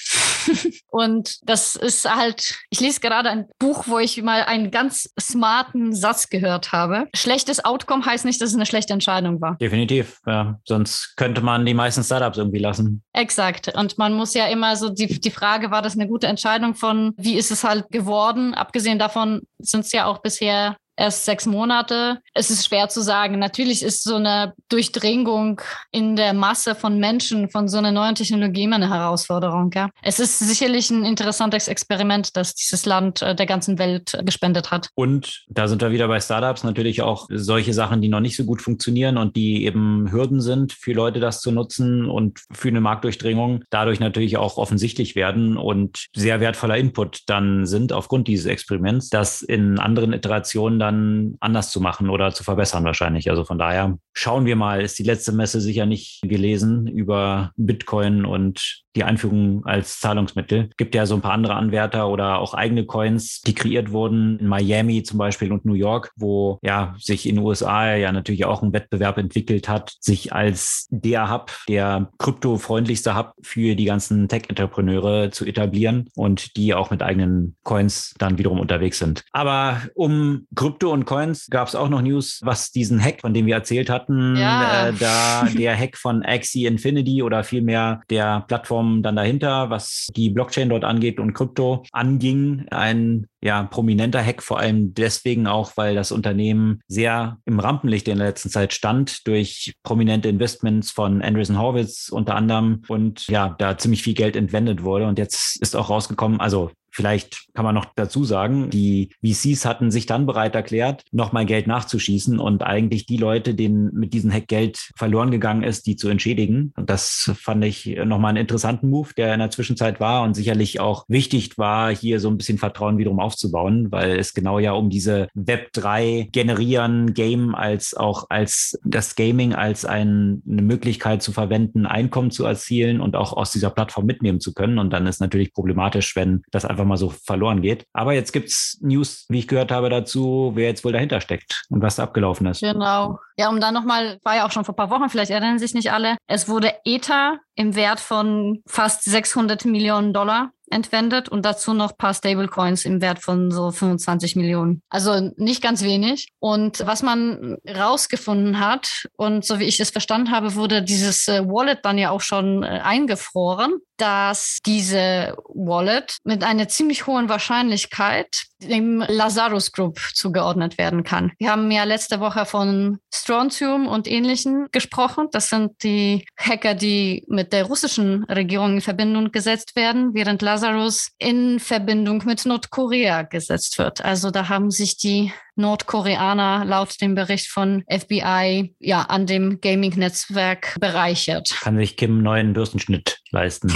Und das ist halt, ich lese gerade ein Buch, wo ich mal einen ganz smarten Satz gehört habe. Schlechtes Outcome heißt nicht, dass es eine schlechte Entscheidung war. Definitiv, ja. Sonst könnte man die meisten Startups irgendwie lassen. Exakt. Und man muss ja immer so die, die Frage, war das eine gute Entscheidung von, wie ist es halt geworden? Abgesehen davon sind es ja auch bisher erst sechs Monate. Es ist schwer zu sagen. Natürlich ist so eine Durchdringung in der Masse von Menschen von so einer neuen Technologie immer eine Herausforderung. Ja? Es ist sicherlich ein interessantes Experiment, das dieses Land der ganzen Welt gespendet hat. Und da sind wir wieder bei Startups, natürlich auch solche Sachen, die noch nicht so gut funktionieren und die eben Hürden sind für Leute, das zu nutzen und für eine Marktdurchdringung dadurch natürlich auch offensichtlich werden und sehr wertvoller Input dann sind aufgrund dieses Experiments, das in anderen Iterationen dann dann anders zu machen oder zu verbessern wahrscheinlich. Also von daher schauen wir mal, ist die letzte Messe sicher nicht gelesen über Bitcoin und die Einführung als Zahlungsmittel. Gibt ja so ein paar andere Anwärter oder auch eigene Coins, die kreiert wurden in Miami zum Beispiel und New York, wo ja sich in den U S A ja natürlich auch ein Wettbewerb entwickelt hat, sich als der Hub, der kryptofreundlichste Hub für die ganzen Tech-Entrepreneure zu etablieren und die auch mit eigenen Coins dann wiederum unterwegs sind. Aber um Krypto und Coins gab es auch noch News, was diesen Hack, von dem wir erzählt hatten, ja. äh, da der Hack von Axie Infinity oder vielmehr der Plattform dann dahinter, was die Blockchain dort angeht und Krypto anging. Ein ja, prominenter Hack, vor allem deswegen auch, weil das Unternehmen sehr im Rampenlicht in der letzten Zeit stand durch prominente Investments von Andreessen Horowitz unter anderem und ja, da ziemlich viel Geld entwendet wurde. Und jetzt ist auch rausgekommen, also vielleicht kann man noch dazu sagen, die V Cs hatten sich dann bereit erklärt, nochmal Geld nachzuschießen und eigentlich die Leute, denen mit diesem Hack Geld verloren gegangen ist, die zu entschädigen. Und das fand ich nochmal einen interessanten Move, der in der Zwischenzeit war und sicherlich auch wichtig war, hier so ein bisschen Vertrauen wiederum aufzubauen, weil es genau ja um diese Web drei generieren, Game als auch als das Gaming als ein, eine Möglichkeit zu verwenden, Einkommen zu erzielen und auch aus dieser Plattform mitnehmen zu können. Und dann ist natürlich problematisch, wenn das einfach mal so verloren geht. Aber jetzt gibt's News, wie ich gehört habe, dazu, wer jetzt wohl dahinter steckt und was da abgelaufen ist. Genau. Ja, um dann nochmal, war ja auch schon vor ein paar Wochen, vielleicht erinnern sich nicht alle, es wurde Ether im Wert von fast sechshundert Millionen Dollar entwendet und dazu noch ein paar Stablecoins im Wert von so fünfundzwanzig Millionen. Also nicht ganz wenig. Und was man rausgefunden hat, und so wie ich es verstanden habe, wurde dieses äh, Wallet dann ja auch schon äh, eingefroren, dass diese Wallet mit einer ziemlich hohen Wahrscheinlichkeit dem Lazarus Group zugeordnet werden kann. Wir haben ja letzte Woche von Strontium und Ähnlichen gesprochen. Das sind die Hacker, die mit der russischen Regierung in Verbindung gesetzt werden, während Lazarus in Verbindung mit Nordkorea gesetzt wird. Also da haben sich die Nordkoreaner laut dem Bericht von F B I ja an dem Gaming-Netzwerk bereichert. Kann sich Kim einen neuen Bürstenschnitt leisten.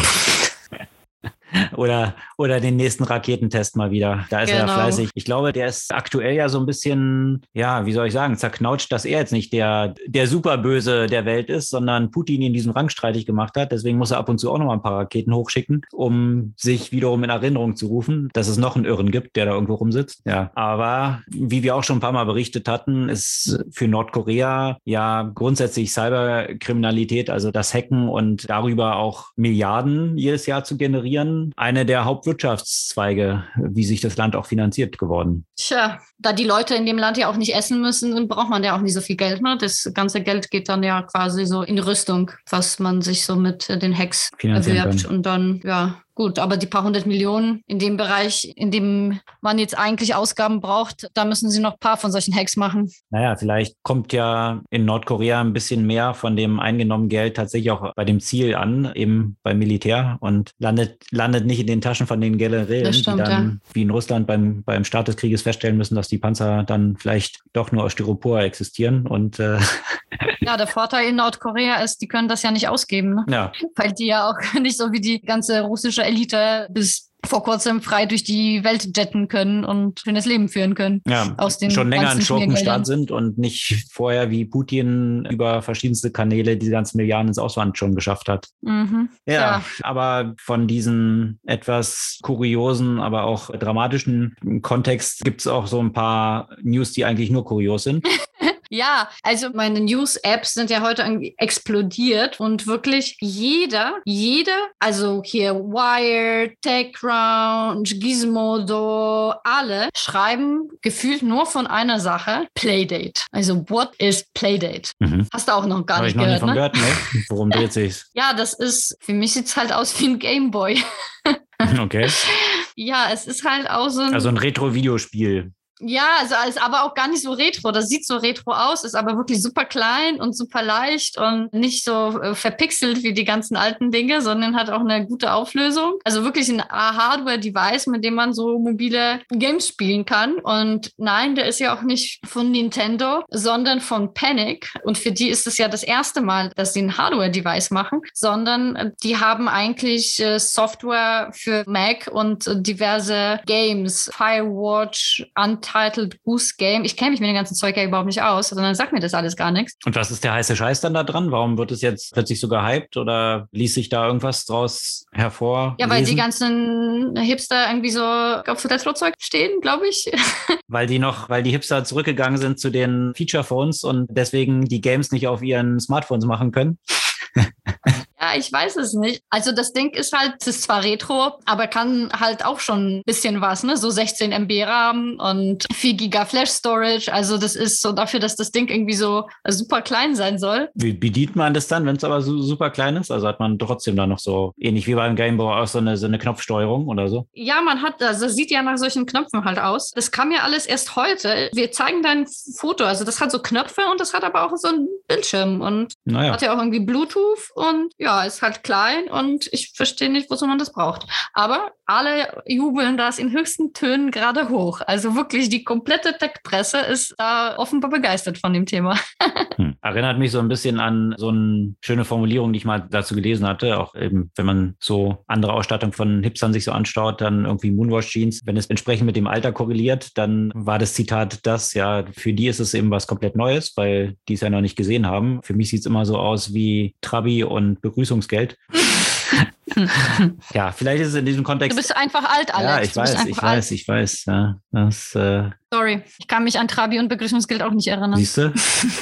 Oder, oder den nächsten Raketentest mal wieder. Da ist genau. Er ja fleißig. Ich glaube, der ist aktuell ja so ein bisschen, ja, wie soll ich sagen, zerknautscht, dass er jetzt nicht der, der Superböse der Welt ist, sondern Putin in diesem Rang streitig gemacht hat. Deswegen muss er ab und zu auch noch mal ein paar Raketen hochschicken, um sich wiederum in Erinnerung zu rufen, dass es noch einen Irren gibt, der da irgendwo rumsitzt. Ja, aber wie wir auch schon ein paar Mal berichtet hatten, ist für Nordkorea ja grundsätzlich Cyberkriminalität, also das Hacken und darüber auch Milliarden jedes Jahr zu generieren, eine der Hauptwirtschaftszweige, wie sich das Land auch finanziert geworden. Tja, da die Leute in dem Land ja auch nicht essen müssen, dann braucht man ja auch nicht so viel Geld. Ne? Das ganze Geld geht dann ja quasi so in Rüstung, was man sich so mit den Hacks erwirbt. Und dann, ja, gut, aber die paar hundert Millionen in dem Bereich, in dem man jetzt eigentlich Ausgaben braucht, da müssen sie noch ein paar von solchen Hacks machen. Naja, vielleicht kommt ja in Nordkorea ein bisschen mehr von dem eingenommenen Geld tatsächlich auch bei dem Ziel an, eben beim Militär und landet, landet nicht in den Taschen von den Generälen, die dann ja. wie in Russland beim, beim Start des Krieges feststellen müssen, dass die Panzer dann vielleicht doch nur aus Styropor existieren und äh ja, der Vorteil in Nordkorea ist, die können das ja nicht ausgeben, ne? Ja. Weil die ja auch nicht so wie die ganze russische Elite bis vor kurzem frei durch die Welt jetten können und schönes Leben führen können. Ja, aus den schon länger ein Schurkenstaat sind und nicht vorher wie Putin über verschiedenste Kanäle diese ganzen Milliarden ins Ausland schon geschafft hat. Mhm. Ja, ja, aber von diesen etwas kuriosen, aber auch dramatischen Kontext gibt es auch so ein paar News, die eigentlich nur kurios sind. Ja, also meine News-Apps sind ja heute irgendwie explodiert und wirklich jeder, jede, also hier Wired, TechCrunch, Gizmodo, alle schreiben gefühlt nur von einer Sache, Playdate. Also what is Playdate? Mhm. Hast du auch noch gar Hab nicht ich noch gehört, nie von ne? gehört, ne? Worum dreht sich's? Ja, das ist, für mich sieht's halt aus wie ein Gameboy. Okay. Ja, es ist halt auch so ein... Also ein Retro-Videospiel. Ja, also ist aber auch gar nicht so retro. Das sieht so retro aus, ist aber wirklich super klein und super leicht und nicht so äh, verpixelt wie die ganzen alten Dinge, sondern hat auch eine gute Auflösung. Also wirklich ein Hardware-Device, mit dem man so mobile Games spielen kann. Und nein, der ist ja auch nicht von Nintendo, sondern von Panic. Und für die ist es ja das erste Mal, dass sie ein Hardware-Device machen, sondern die haben eigentlich äh, Software für Mac und äh, diverse Games, Firewatch, Untitled, Untitled Goose Game. Ich kenne mich mit dem ganzen Zeug ja überhaupt nicht aus, sondern sagt mir das alles gar nichts. Und was ist der heiße Scheiß dann da dran? Warum wird es jetzt plötzlich so gehypt oder ließ sich da irgendwas draus hervor? Ja, weil die ganzen Hipster irgendwie so auf Retro-Zeug stehen, glaube ich. Weil die noch, weil die Hipster zurückgegangen sind zu den Feature-Phones und deswegen die Games nicht auf ihren Smartphones machen können. Ja, ich weiß es nicht. Also das Ding ist halt, es ist zwar Retro, aber kann halt auch schon ein bisschen was, ne? So sechzehn Megabyte RAM und vier Gigabyte Flash Storage. Also das ist so dafür, dass das Ding irgendwie so super klein sein soll. Wie bedient man das dann, wenn es aber so super klein ist? Also hat man trotzdem da noch so, ähnlich wie beim Game Boy, auch so eine, so eine Knopfsteuerung oder so? Ja, man hat, also das sieht ja nach solchen Knöpfen halt aus. Das kam ja alles erst heute. Wir zeigen da ein Foto. Also das hat so Knöpfe und das hat aber auch so einen Bildschirm und naja. Hat ja auch irgendwie Bluetooth und ja, ist halt klein und ich verstehe nicht, wozu man das braucht. Aber alle jubeln das in höchsten Tönen gerade hoch. Also wirklich, die komplette Tech-Presse ist da offenbar begeistert von dem Thema. hm. Erinnert mich so ein bisschen an so eine schöne Formulierung, die ich mal dazu gelesen hatte. Auch eben, wenn man so andere Ausstattung von Hipstern sich so anschaut, dann irgendwie Moonwash-Jeans. Wenn es entsprechend mit dem Alter korreliert, dann war das Zitat das, ja, für die ist es eben was komplett Neues, weil die es ja noch nicht gesehen haben. Für mich sieht es immer so aus wie Trabi und Begrüßungsgeld. Ja, vielleicht ist es in diesem Kontext. Du bist einfach alt, Alex. Ja, ich weiß, ich weiß, alt. ich weiß. Ja, das, äh Sorry, ich kann mich an Trabi und Begrüßungsgeld auch nicht erinnern. Siehst du?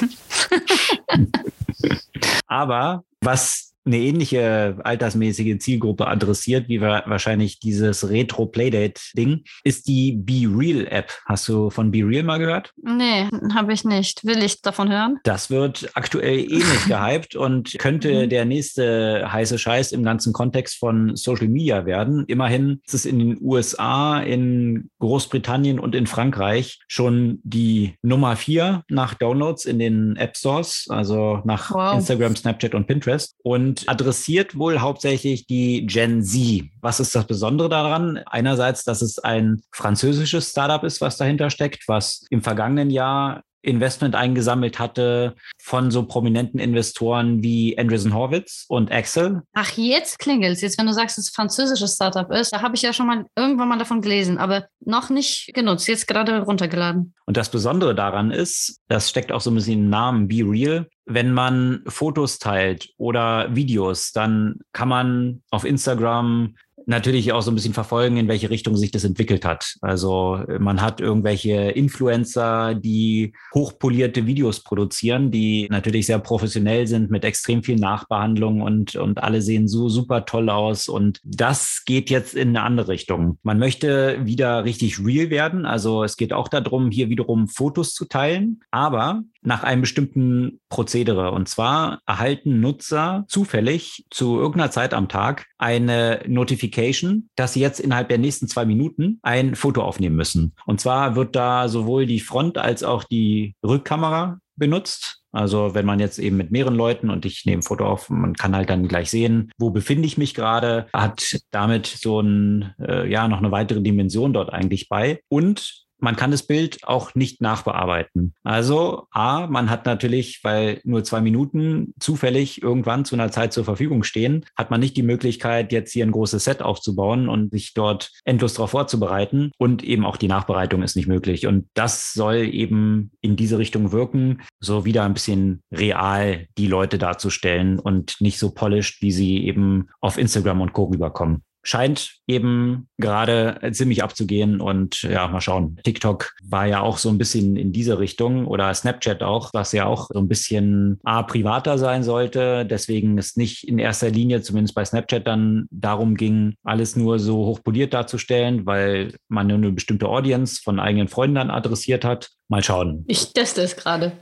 Aber was eine ähnliche altersmäßige Zielgruppe adressiert, wie wir wahrscheinlich dieses Retro-Playdate-Ding, ist die BeReal-App. Hast du von BeReal mal gehört? Nee, habe ich nicht. Will ich davon hören? Das wird aktuell ähnlich gehypt und könnte mhm. der nächste heiße Scheiß im ganzen Kontext von Social Media werden. Immerhin ist es in den U S A, in Großbritannien und in Frankreich schon die Nummer vier nach Downloads in den App Stores, also nach wow. Instagram, Snapchat und Pinterest. Und adressiert wohl hauptsächlich die Gen Z. Was ist das Besondere daran? Einerseits, dass es ein französisches Startup ist, was dahinter steckt, was im vergangenen Jahr Investment eingesammelt hatte von so prominenten Investoren wie Andreessen Horowitz und Accel. Ach, jetzt klingelt's. Jetzt, wenn du sagst, dass es ein französisches Startup ist, da habe ich ja schon mal irgendwann mal davon gelesen, aber noch nicht genutzt, jetzt gerade runtergeladen. Und das Besondere daran ist, das steckt auch so ein bisschen im Namen BeReal, wenn man Fotos teilt oder Videos, dann kann man auf Instagram natürlich auch so ein bisschen verfolgen, in welche Richtung sich das entwickelt hat. Also man hat irgendwelche Influencer, die hochpolierte Videos produzieren, die natürlich sehr professionell sind mit extrem viel Nachbehandlung und, und alle sehen so super toll aus. Und das geht jetzt in eine andere Richtung. Man möchte wieder richtig real werden. Also es geht auch darum, hier wiederum Fotos zu teilen, aber nach einem bestimmten Prozedere. Und zwar erhalten Nutzer zufällig zu irgendeiner Zeit am Tag eine Notification, dass sie jetzt innerhalb der nächsten zwei Minuten ein Foto aufnehmen müssen. Und zwar wird da sowohl die Front- als auch die Rückkamera benutzt. Also wenn man jetzt eben mit mehreren Leuten und ich nehme ein Foto auf, man kann halt dann gleich sehen, wo befinde ich mich gerade, hat damit so ein, äh, ja, noch eine weitere Dimension dort eigentlich bei. Und man kann das Bild auch nicht nachbearbeiten. Also A, man hat natürlich, weil nur zwei Minuten zufällig irgendwann zu einer Zeit zur Verfügung stehen, hat man nicht die Möglichkeit, jetzt hier ein großes Set aufzubauen und sich dort endlos darauf vorzubereiten. Und eben auch die Nachbereitung ist nicht möglich. Und das soll eben in diese Richtung wirken, so wieder ein bisschen real die Leute darzustellen und nicht so polished, wie sie eben auf Instagram und Co. rüberkommen. Scheint eben gerade ziemlich abzugehen und ja, mal schauen. TikTok war ja auch so ein bisschen in diese Richtung oder Snapchat auch, was ja auch so ein bisschen A, privater sein sollte. Deswegen es nicht in erster Linie, zumindest bei Snapchat, dann darum ging, alles nur so hochpoliert darzustellen, weil man nur eine bestimmte Audience von eigenen Freunden dann adressiert hat. Mal schauen. Ich teste es gerade.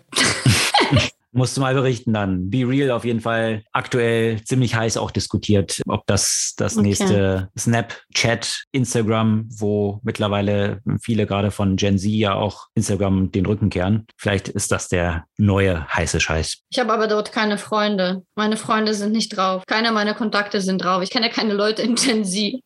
Musst du mal berichten dann. BeReal auf jeden Fall aktuell ziemlich heiß auch diskutiert, ob das das okay. nächste Snapchat, Instagram, wo mittlerweile viele gerade von Gen Z ja auch Instagram den Rücken kehren. Vielleicht ist das der neue heiße Scheiß. Ich habe aber dort keine Freunde. Meine Freunde sind nicht drauf. Keiner meiner Kontakte sind drauf. Ich kenne ja keine Leute in Gen Z.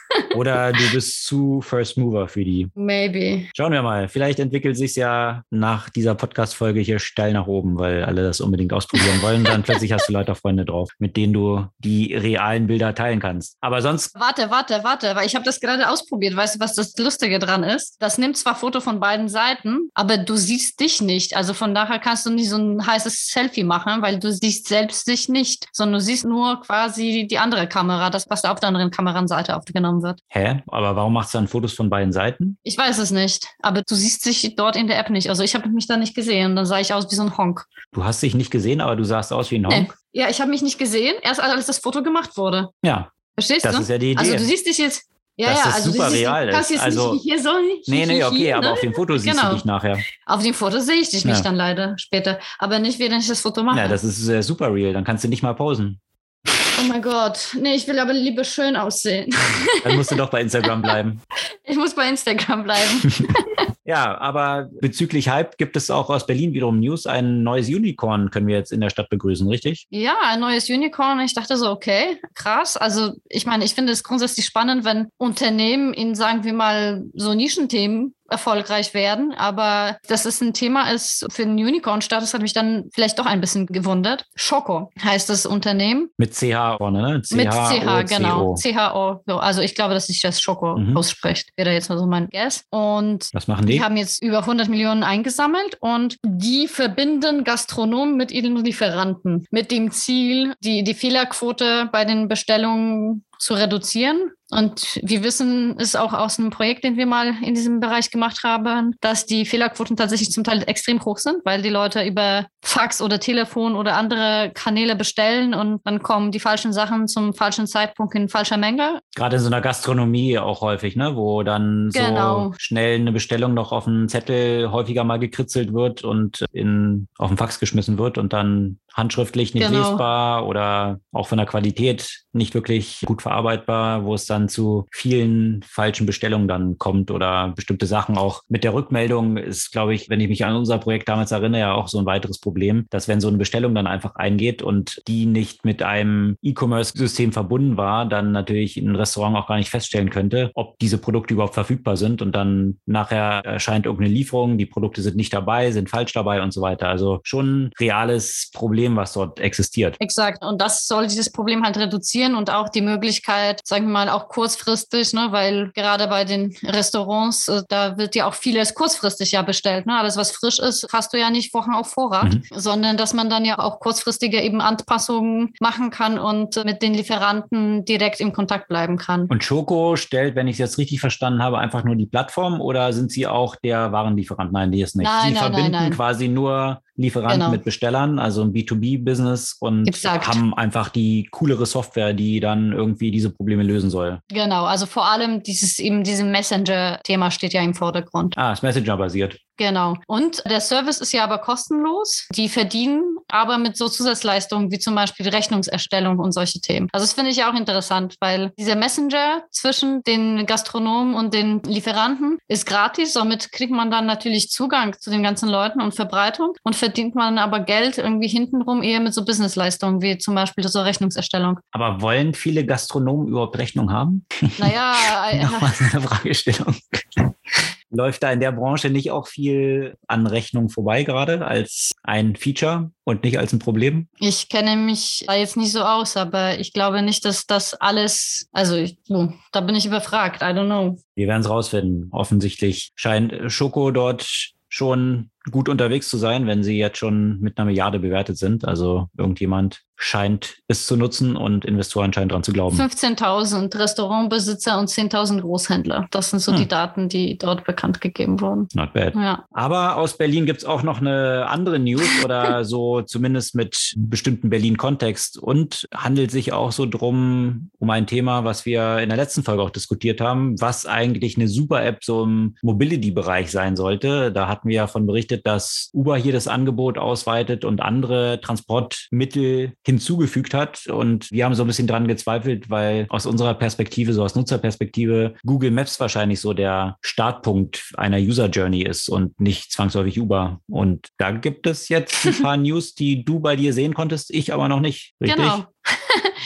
Oder du bist zu First Mover für die. Maybe. Schauen wir mal. Vielleicht entwickelt sich ja nach dieser Podcast-Folge hier steil nach oben, weil alle das unbedingt ausprobieren wollen. Dann plötzlich hast du lauter Freunde drauf, mit denen du die realen Bilder teilen kannst. Aber sonst... Warte, warte, warte, weil ich habe das gerade ausprobiert. Weißt du, was das Lustige dran ist? Das nimmt zwar Foto von beiden Seiten, aber du siehst dich nicht. Also von daher kannst du nicht so ein heißes Selfie machen, weil du siehst selbst dich nicht, sondern du siehst nur quasi die andere Kamera, das, was auf der anderen Kameraseite aufgenommen wird. Hä? Aber warum machst du dann Fotos von beiden Seiten? Ich weiß es nicht, aber du siehst dich dort in der App nicht. Also ich habe mich da nicht gesehen. Dann sah ich aus wie so ein Honk. Du hast dich nicht gesehen, aber du sahst aus wie ein Honk? Nee. Ja, ich habe mich nicht gesehen, erst als das Foto gemacht wurde. Ja. Verstehst das du? Das ist ja die Idee. Also du siehst dich jetzt... Ja, dass ja, das also super du siehst, real du kannst ist. jetzt Also, nicht hier so... Nee, nee, okay, ne? aber auf dem Foto siehst genau. du dich nachher. Auf dem Foto sehe ich dich ja. mich dann leider später. Aber nicht, während ich das Foto mache. Ja, das ist äh, super real. Dann kannst du nicht mal posen. Oh mein Gott. Nee, ich will aber lieber schön aussehen. Dann musst du doch bei Instagram bleiben. Ich muss bei Instagram bleiben. Ja, aber bezüglich Hype gibt es auch aus Berlin wiederum News. Ein neues Unicorn können wir jetzt in der Stadt begrüßen, richtig? Ja, ein neues Unicorn. Ich dachte so, okay, krass. Also ich meine, ich finde es grundsätzlich spannend, wenn Unternehmen in, sagen wir mal, so Nischenthemen erfolgreich werden. Aber dass es ein Thema ist für den Unicorn-Status, hat mich dann vielleicht doch ein bisschen gewundert. Schoko heißt das Unternehmen. Mit C H vorne, ne? C H O. Mit C H, genau. C H O. Also ich glaube, dass sich das Schoko mhm. ausspricht. Wäre jetzt mal so mein Guess. Und was machen die? Die haben jetzt über hundert Millionen eingesammelt und die verbinden Gastronomen mit ihren Lieferanten. Mit dem Ziel, die, die Fehlerquote bei den Bestellungen zu reduzieren. Und wir wissen es auch aus einem Projekt, den wir mal in diesem Bereich gemacht haben, dass die Fehlerquoten tatsächlich zum Teil extrem hoch sind, weil die Leute über Fax oder Telefon oder andere Kanäle bestellen und dann kommen die falschen Sachen zum falschen Zeitpunkt in falscher Menge. Gerade in so einer Gastronomie auch häufig, ne, wo dann genau. so schnell eine Bestellung noch auf einen Zettel häufiger mal gekritzelt wird und in, auf den Fax geschmissen wird und dann handschriftlich nicht genau. lesbar oder auch von der Qualität nicht wirklich gut verarbeitbar, wo es dann zu vielen falschen Bestellungen dann kommt oder bestimmte Sachen auch mit der Rückmeldung ist, glaube ich, wenn ich mich an unser Projekt damals erinnere, ja auch so ein weiteres Problem, dass wenn so eine Bestellung dann einfach eingeht und die nicht mit einem E-Commerce-System verbunden war, dann natürlich ein Restaurant auch gar nicht feststellen könnte, ob diese Produkte überhaupt verfügbar sind und dann nachher erscheint irgendeine Lieferung, die Produkte sind nicht dabei, sind falsch dabei und so weiter. Also schon ein reales Problem, was dort existiert. Exakt. Und das soll dieses Problem halt reduzieren und auch die Möglichkeit, sagen wir mal, auch kurzfristig, ne, weil gerade bei den Restaurants, da wird ja auch vieles kurzfristig ja bestellt. Ne? Alles, was frisch ist, hast du ja nicht Wochen auf Vorrat, mhm. sondern dass man dann ja auch kurzfristige eben Anpassungen machen kann und mit den Lieferanten direkt in Kontakt bleiben kann. Und Schoko stellt, wenn ich es jetzt richtig verstanden habe, einfach nur die Plattform oder sind sie auch der Warenlieferant? Nein, die ist nicht. Nein, sie nein, verbinden nein, nein. quasi nur Lieferanten genau. mit Bestellern, also ein B zwei B-Business und Exakt. haben einfach die coolere Software, die dann irgendwie diese Probleme lösen soll. Genau, also vor allem dieses eben diesem Messenger-Thema steht ja im Vordergrund. Ah, ist Messenger-basiert. Genau. Und der Service ist ja aber kostenlos. Die verdienen aber mit so Zusatzleistungen wie zum Beispiel Rechnungserstellung und solche Themen. Also das finde ich auch interessant, weil dieser Messenger zwischen den Gastronomen und den Lieferanten ist gratis. Somit kriegt man dann natürlich Zugang zu den ganzen Leuten und Verbreitung und verdient man aber Geld irgendwie hintenrum eher mit so Businessleistungen wie zum Beispiel so Rechnungserstellung. Aber wollen viele Gastronomen überhaupt Rechnung haben? Naja, nochmal eine Fragestellung. Läuft da in der Branche nicht auch viel an Rechnung vorbei gerade als ein Feature und nicht als ein Problem? Ich kenne mich da jetzt nicht so aus, aber ich glaube nicht, dass das alles, also ich, oh, da bin ich überfragt, I don't know. Wir werden es rausfinden. Offensichtlich scheint Schoko dort schon gut unterwegs zu sein, wenn sie jetzt schon mit einer Milliarde bewertet sind. Also irgendjemand scheint es zu nutzen und Investoren scheinen dran zu glauben. fünfzehntausend Restaurantbesitzer und zehntausend Großhändler. Das sind so hm. die Daten, die dort bekannt gegeben wurden. Not bad. Ja. Aber aus Berlin gibt es auch noch eine andere News oder so zumindest mit bestimmten Berlin-Kontext und handelt sich auch so drum um ein Thema, was wir in der letzten Folge auch diskutiert haben, was eigentlich eine Super-App so im Mobility-Bereich sein sollte. Da hatten wir ja von berichtet, dass Uber hier das Angebot ausweitet und andere Transportmittel hinzugefügt hat. Und wir haben so ein bisschen dran gezweifelt, weil aus unserer Perspektive, so aus Nutzerperspektive, Google Maps wahrscheinlich so der Startpunkt einer User Journey ist und nicht zwangsläufig Uber. Und da gibt es jetzt ein paar News, die du bei dir sehen konntest, ich aber noch nicht. Richtig? Genau.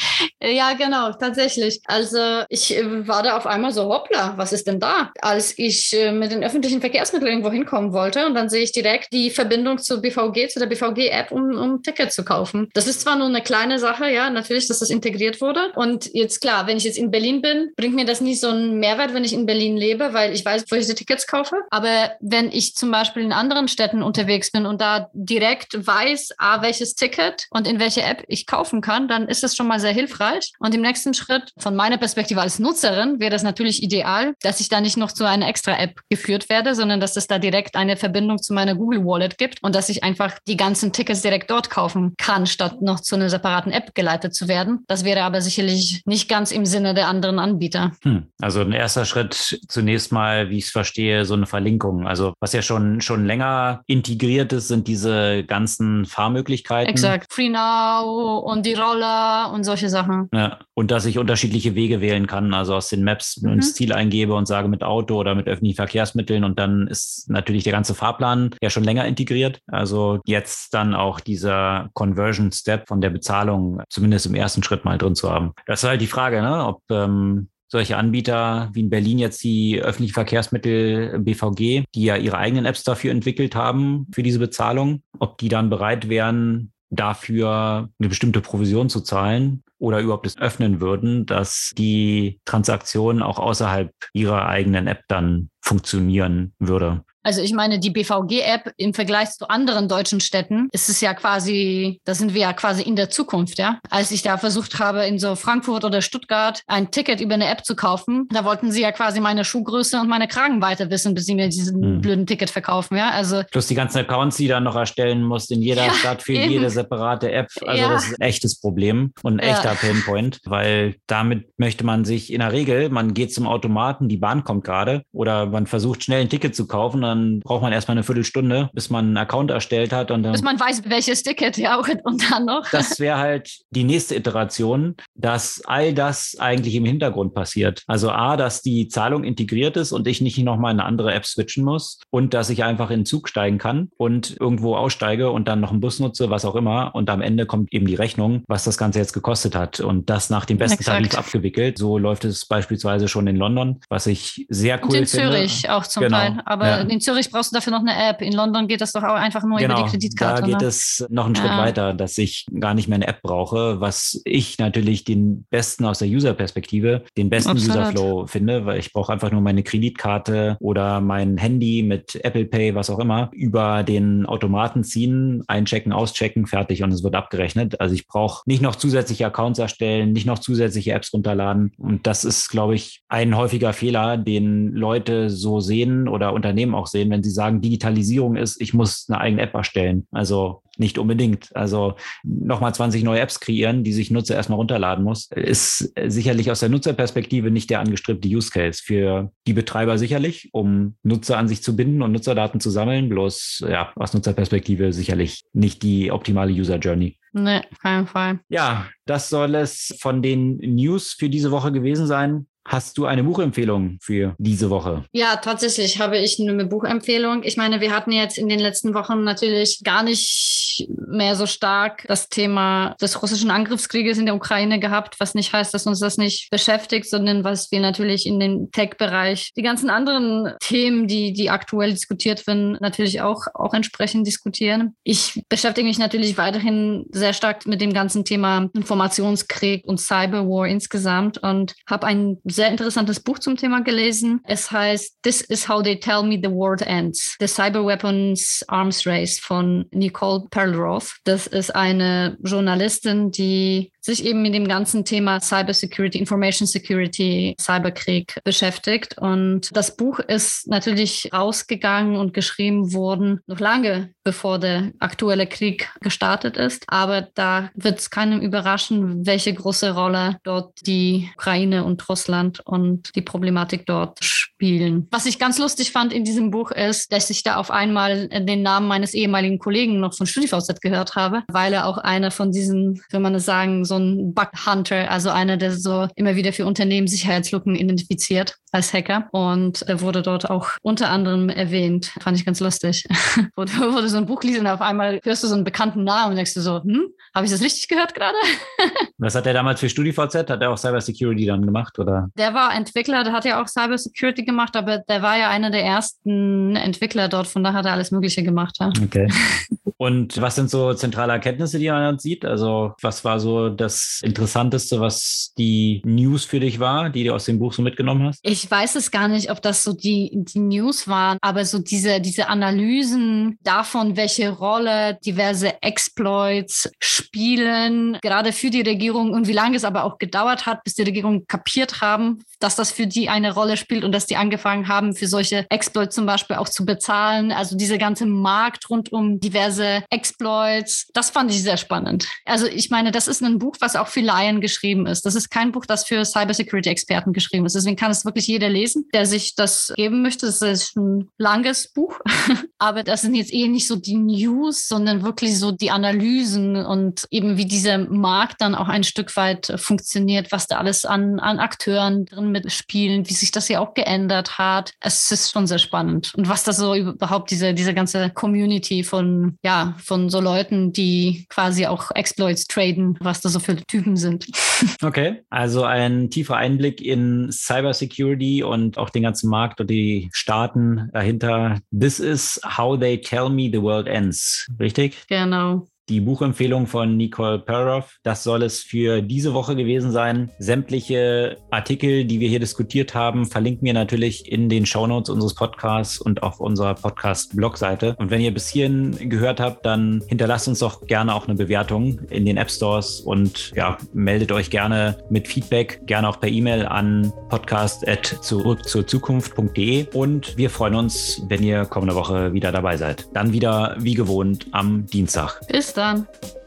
Ja, genau, tatsächlich. Also ich äh, war da auf einmal so, hoppla, was ist denn da? Als ich äh, mit den öffentlichen Verkehrsmitteln irgendwo hinkommen wollte und dann sehe ich direkt die Verbindung zur B V G, zu der B V G-App, um, um Tickets zu kaufen. Das ist zwar nur eine kleine Sache, ja, natürlich, dass das integriert wurde. Und jetzt klar, wenn ich jetzt in Berlin bin, bringt mir das nicht so einen Mehrwert, wenn ich in Berlin lebe, weil ich weiß, wo ich die Tickets kaufe. Aber wenn ich zum Beispiel in anderen Städten unterwegs bin und da direkt weiß, ah, welches Ticket und in welche App ich kaufen kann, dann ist das schon mal sehr hilfreich. Und im nächsten Schritt, von meiner Perspektive als Nutzerin, wäre das natürlich ideal, dass ich da nicht noch zu einer extra App geführt werde, sondern dass es da direkt eine Verbindung zu meiner Google Wallet gibt und dass ich einfach die ganzen Tickets direkt dort kaufen kann, statt noch zu einer separaten App geleitet zu werden. Das wäre aber sicherlich nicht ganz im Sinne der anderen Anbieter. Hm. Also ein erster Schritt zunächst mal, wie ich es verstehe, so eine Verlinkung. Also was ja schon, schon länger integriert ist, sind diese ganzen Fahrmöglichkeiten. Exakt. Free Now und die Roller und solche Sachen. Ja. Und dass ich unterschiedliche Wege wählen kann, also aus den Maps mhm. ins Ziel eingebe und sage mit Auto oder mit öffentlichen Verkehrsmitteln und dann ist natürlich der ganze Fahrplan ja schon länger integriert. Also jetzt dann auch dieser Conversion Step von der Bezahlung zumindest im ersten Schritt mal drin zu haben. Das ist halt die Frage, ne? Ob ähm, solche Anbieter wie in Berlin jetzt die öffentlichen Verkehrsmittel B V G, die ja ihre eigenen Apps dafür entwickelt haben, für diese Bezahlung, ob die dann bereit wären, dafür eine bestimmte Provision zu zahlen oder überhaupt es öffnen würden, dass die Transaktion auch außerhalb ihrer eigenen App dann funktionieren würde. Also ich meine, die B V G-App im Vergleich zu anderen deutschen Städten ist es ja quasi, da sind wir ja quasi in der Zukunft, ja. Als ich da versucht habe, in so Frankfurt oder Stuttgart ein Ticket über eine App zu kaufen, da wollten sie ja quasi meine Schuhgröße und meine Kragenweite wissen, bis sie mir diesen hm. blöden Ticket verkaufen, ja. Also plus die ganzen Accounts, die dann noch erstellen musst in jeder ja, Stadt für eben. jede separate App. Also ja. das ist ein echtes Problem und ein ja. echter Painpoint, weil damit möchte man sich in der Regel, man geht zum Automaten, die Bahn kommt gerade oder man versucht schnell ein Ticket zu kaufen, dann braucht man erstmal eine Viertelstunde, bis man einen Account erstellt hat. Und dann, bis man weiß, welches Ticket, ja, und dann noch. Das wäre halt die nächste Iteration, dass all das eigentlich im Hintergrund passiert. Also A, dass die Zahlung integriert ist und ich nicht nochmal in eine andere App switchen muss und dass ich einfach in den Zug steigen kann und irgendwo aussteige und dann noch einen Bus nutze, was auch immer. Und am Ende kommt eben die Rechnung, was das Ganze jetzt gekostet hat. Und das nach dem besten Exakt. Tarif abgewickelt. So läuft es beispielsweise schon in London, was ich sehr cool finde. Und in finde. Zürich auch zum genau. Teil. Aber ja. in Zürich brauchst du dafür noch eine App. In London geht das doch auch einfach nur genau. über die Kreditkarte. Da geht ne? es noch einen Schritt ja. weiter, dass ich gar nicht mehr eine App brauche, was ich natürlich den besten aus der User-Perspektive, den besten Absolut. User-Flow finde, weil ich brauche einfach nur meine Kreditkarte oder mein Handy mit Apple Pay, was auch immer, über den Automaten ziehen, einchecken, auschecken, fertig und es wird abgerechnet. Also ich brauche nicht noch zusätzliche Accounts erstellen, nicht noch zusätzliche Apps runterladen und das ist, glaube ich, ein häufiger Fehler, den Leute so sehen oder Unternehmen auch sehen, wenn sie sagen, Digitalisierung ist, ich muss eine eigene App erstellen. Also nicht unbedingt. Also nochmal zwanzig neue Apps kreieren, die sich Nutzer erstmal runterladen muss, ist sicherlich aus der Nutzerperspektive nicht der angestrebte Use Case. Für die Betreiber sicherlich, um Nutzer an sich zu binden und Nutzerdaten zu sammeln, bloß ja, aus Nutzerperspektive sicherlich nicht die optimale User Journey. Nee, auf keinen Fall. Ja, das soll es von den News für diese Woche gewesen sein. Hast du eine Buchempfehlung für diese Woche? Ja, tatsächlich habe ich eine Buchempfehlung. Ich meine, wir hatten jetzt in den letzten Wochen natürlich gar nicht mehr so stark das Thema des russischen Angriffskrieges in der Ukraine gehabt, was nicht heißt, dass uns das nicht beschäftigt, sondern was wir natürlich in dem Tech-Bereich, die ganzen anderen Themen, die, die aktuell diskutiert werden, natürlich auch, auch entsprechend diskutieren. Ich beschäftige mich natürlich weiterhin sehr stark mit dem ganzen Thema Informationskrieg und Cyberwar insgesamt und habe ein sehr interessantes Buch zum Thema gelesen. Es heißt This is how they tell me the world ends. The Cyber Weapons Arms Race von Nicole Perlroth. Das ist eine Journalistin, die sich eben mit dem ganzen Thema Cybersecurity, Information Security, Cyberkrieg beschäftigt. Und das Buch ist natürlich rausgegangen und geschrieben worden, noch lange bevor der aktuelle Krieg gestartet ist. Aber da wird es keinem überraschen, welche große Rolle dort die Ukraine und Russland und die Problematik dort spielt. spielen. Was ich ganz lustig fand in diesem Buch ist, dass ich da auf einmal den Namen meines ehemaligen Kollegen noch von StudiVZ gehört habe, weil er auch einer von diesen, wenn man es sagen, so ein Bug-Hunter, also einer, der so immer wieder für Unternehmen Sicherheitslücken identifiziert als Hacker. Und er wurde dort auch unter anderem erwähnt. Fand ich ganz lustig. wo, du, wo du so ein Buch liest und auf einmal hörst du so einen bekannten Namen und denkst du so, hm, habe ich das richtig gehört gerade? Was hat er damals für StudiVZ? Hat er auch Cybersecurity dann gemacht, oder? Der war Entwickler, der hat ja auch Cybersecurity gemacht, aber der war ja einer der ersten Entwickler dort, von da hat er alles Mögliche gemacht. Ja. Okay. Und was sind so zentrale Erkenntnisse, die man sieht? Also was war so das Interessanteste, was die News für dich war, die du aus dem Buch so mitgenommen hast? Ich weiß es gar nicht, ob das so die, die News waren, aber so diese, diese Analysen davon, welche Rolle diverse Exploits spielen, gerade für die Regierung und wie lange es aber auch gedauert hat, bis die Regierung kapiert haben, dass das für die eine Rolle spielt und dass die angefangen haben, für solche Exploits zum Beispiel auch zu bezahlen. Also dieser ganze Markt rund um diverse Exploits, das fand ich sehr spannend. Also ich meine, das ist ein Buch, was auch für Laien geschrieben ist. Das ist kein Buch, das für Cybersecurity-Experten geschrieben ist. Deswegen kann es wirklich jeder lesen, der sich das geben möchte. Das ist ein langes Buch, aber das sind jetzt eh nicht so die News, sondern wirklich so die Analysen und eben wie dieser Markt dann auch ein Stück weit funktioniert, was da alles an, an Akteuren drin mitspielen, wie sich das ja auch geändert hat. Es ist schon sehr spannend. Und was da so überhaupt diese, diese ganze Community von, ja, von so Leuten, die quasi auch Exploits traden, was da so für Typen sind. Okay, also ein tiefer Einblick in Cybersecurity und auch den ganzen Markt und die Staaten dahinter. This is how they tell me the world ends. Richtig? Genau. Die Buchempfehlung von Nicole Perrow, das soll es für diese Woche gewesen sein. Sämtliche Artikel, die wir hier diskutiert haben, verlinken wir natürlich in den Shownotes unseres Podcasts und auf unserer Podcast-Blogseite. Und wenn ihr bis hierhin gehört habt, dann hinterlasst uns doch gerne auch eine Bewertung in den App Stores und ja, meldet euch gerne mit Feedback, gerne auch per E-Mail an podcast at zurück zur Zukunft punkt de. Und wir freuen uns, wenn ihr kommende Woche wieder dabei seid. Dann wieder wie gewohnt am Dienstag. Bis dann.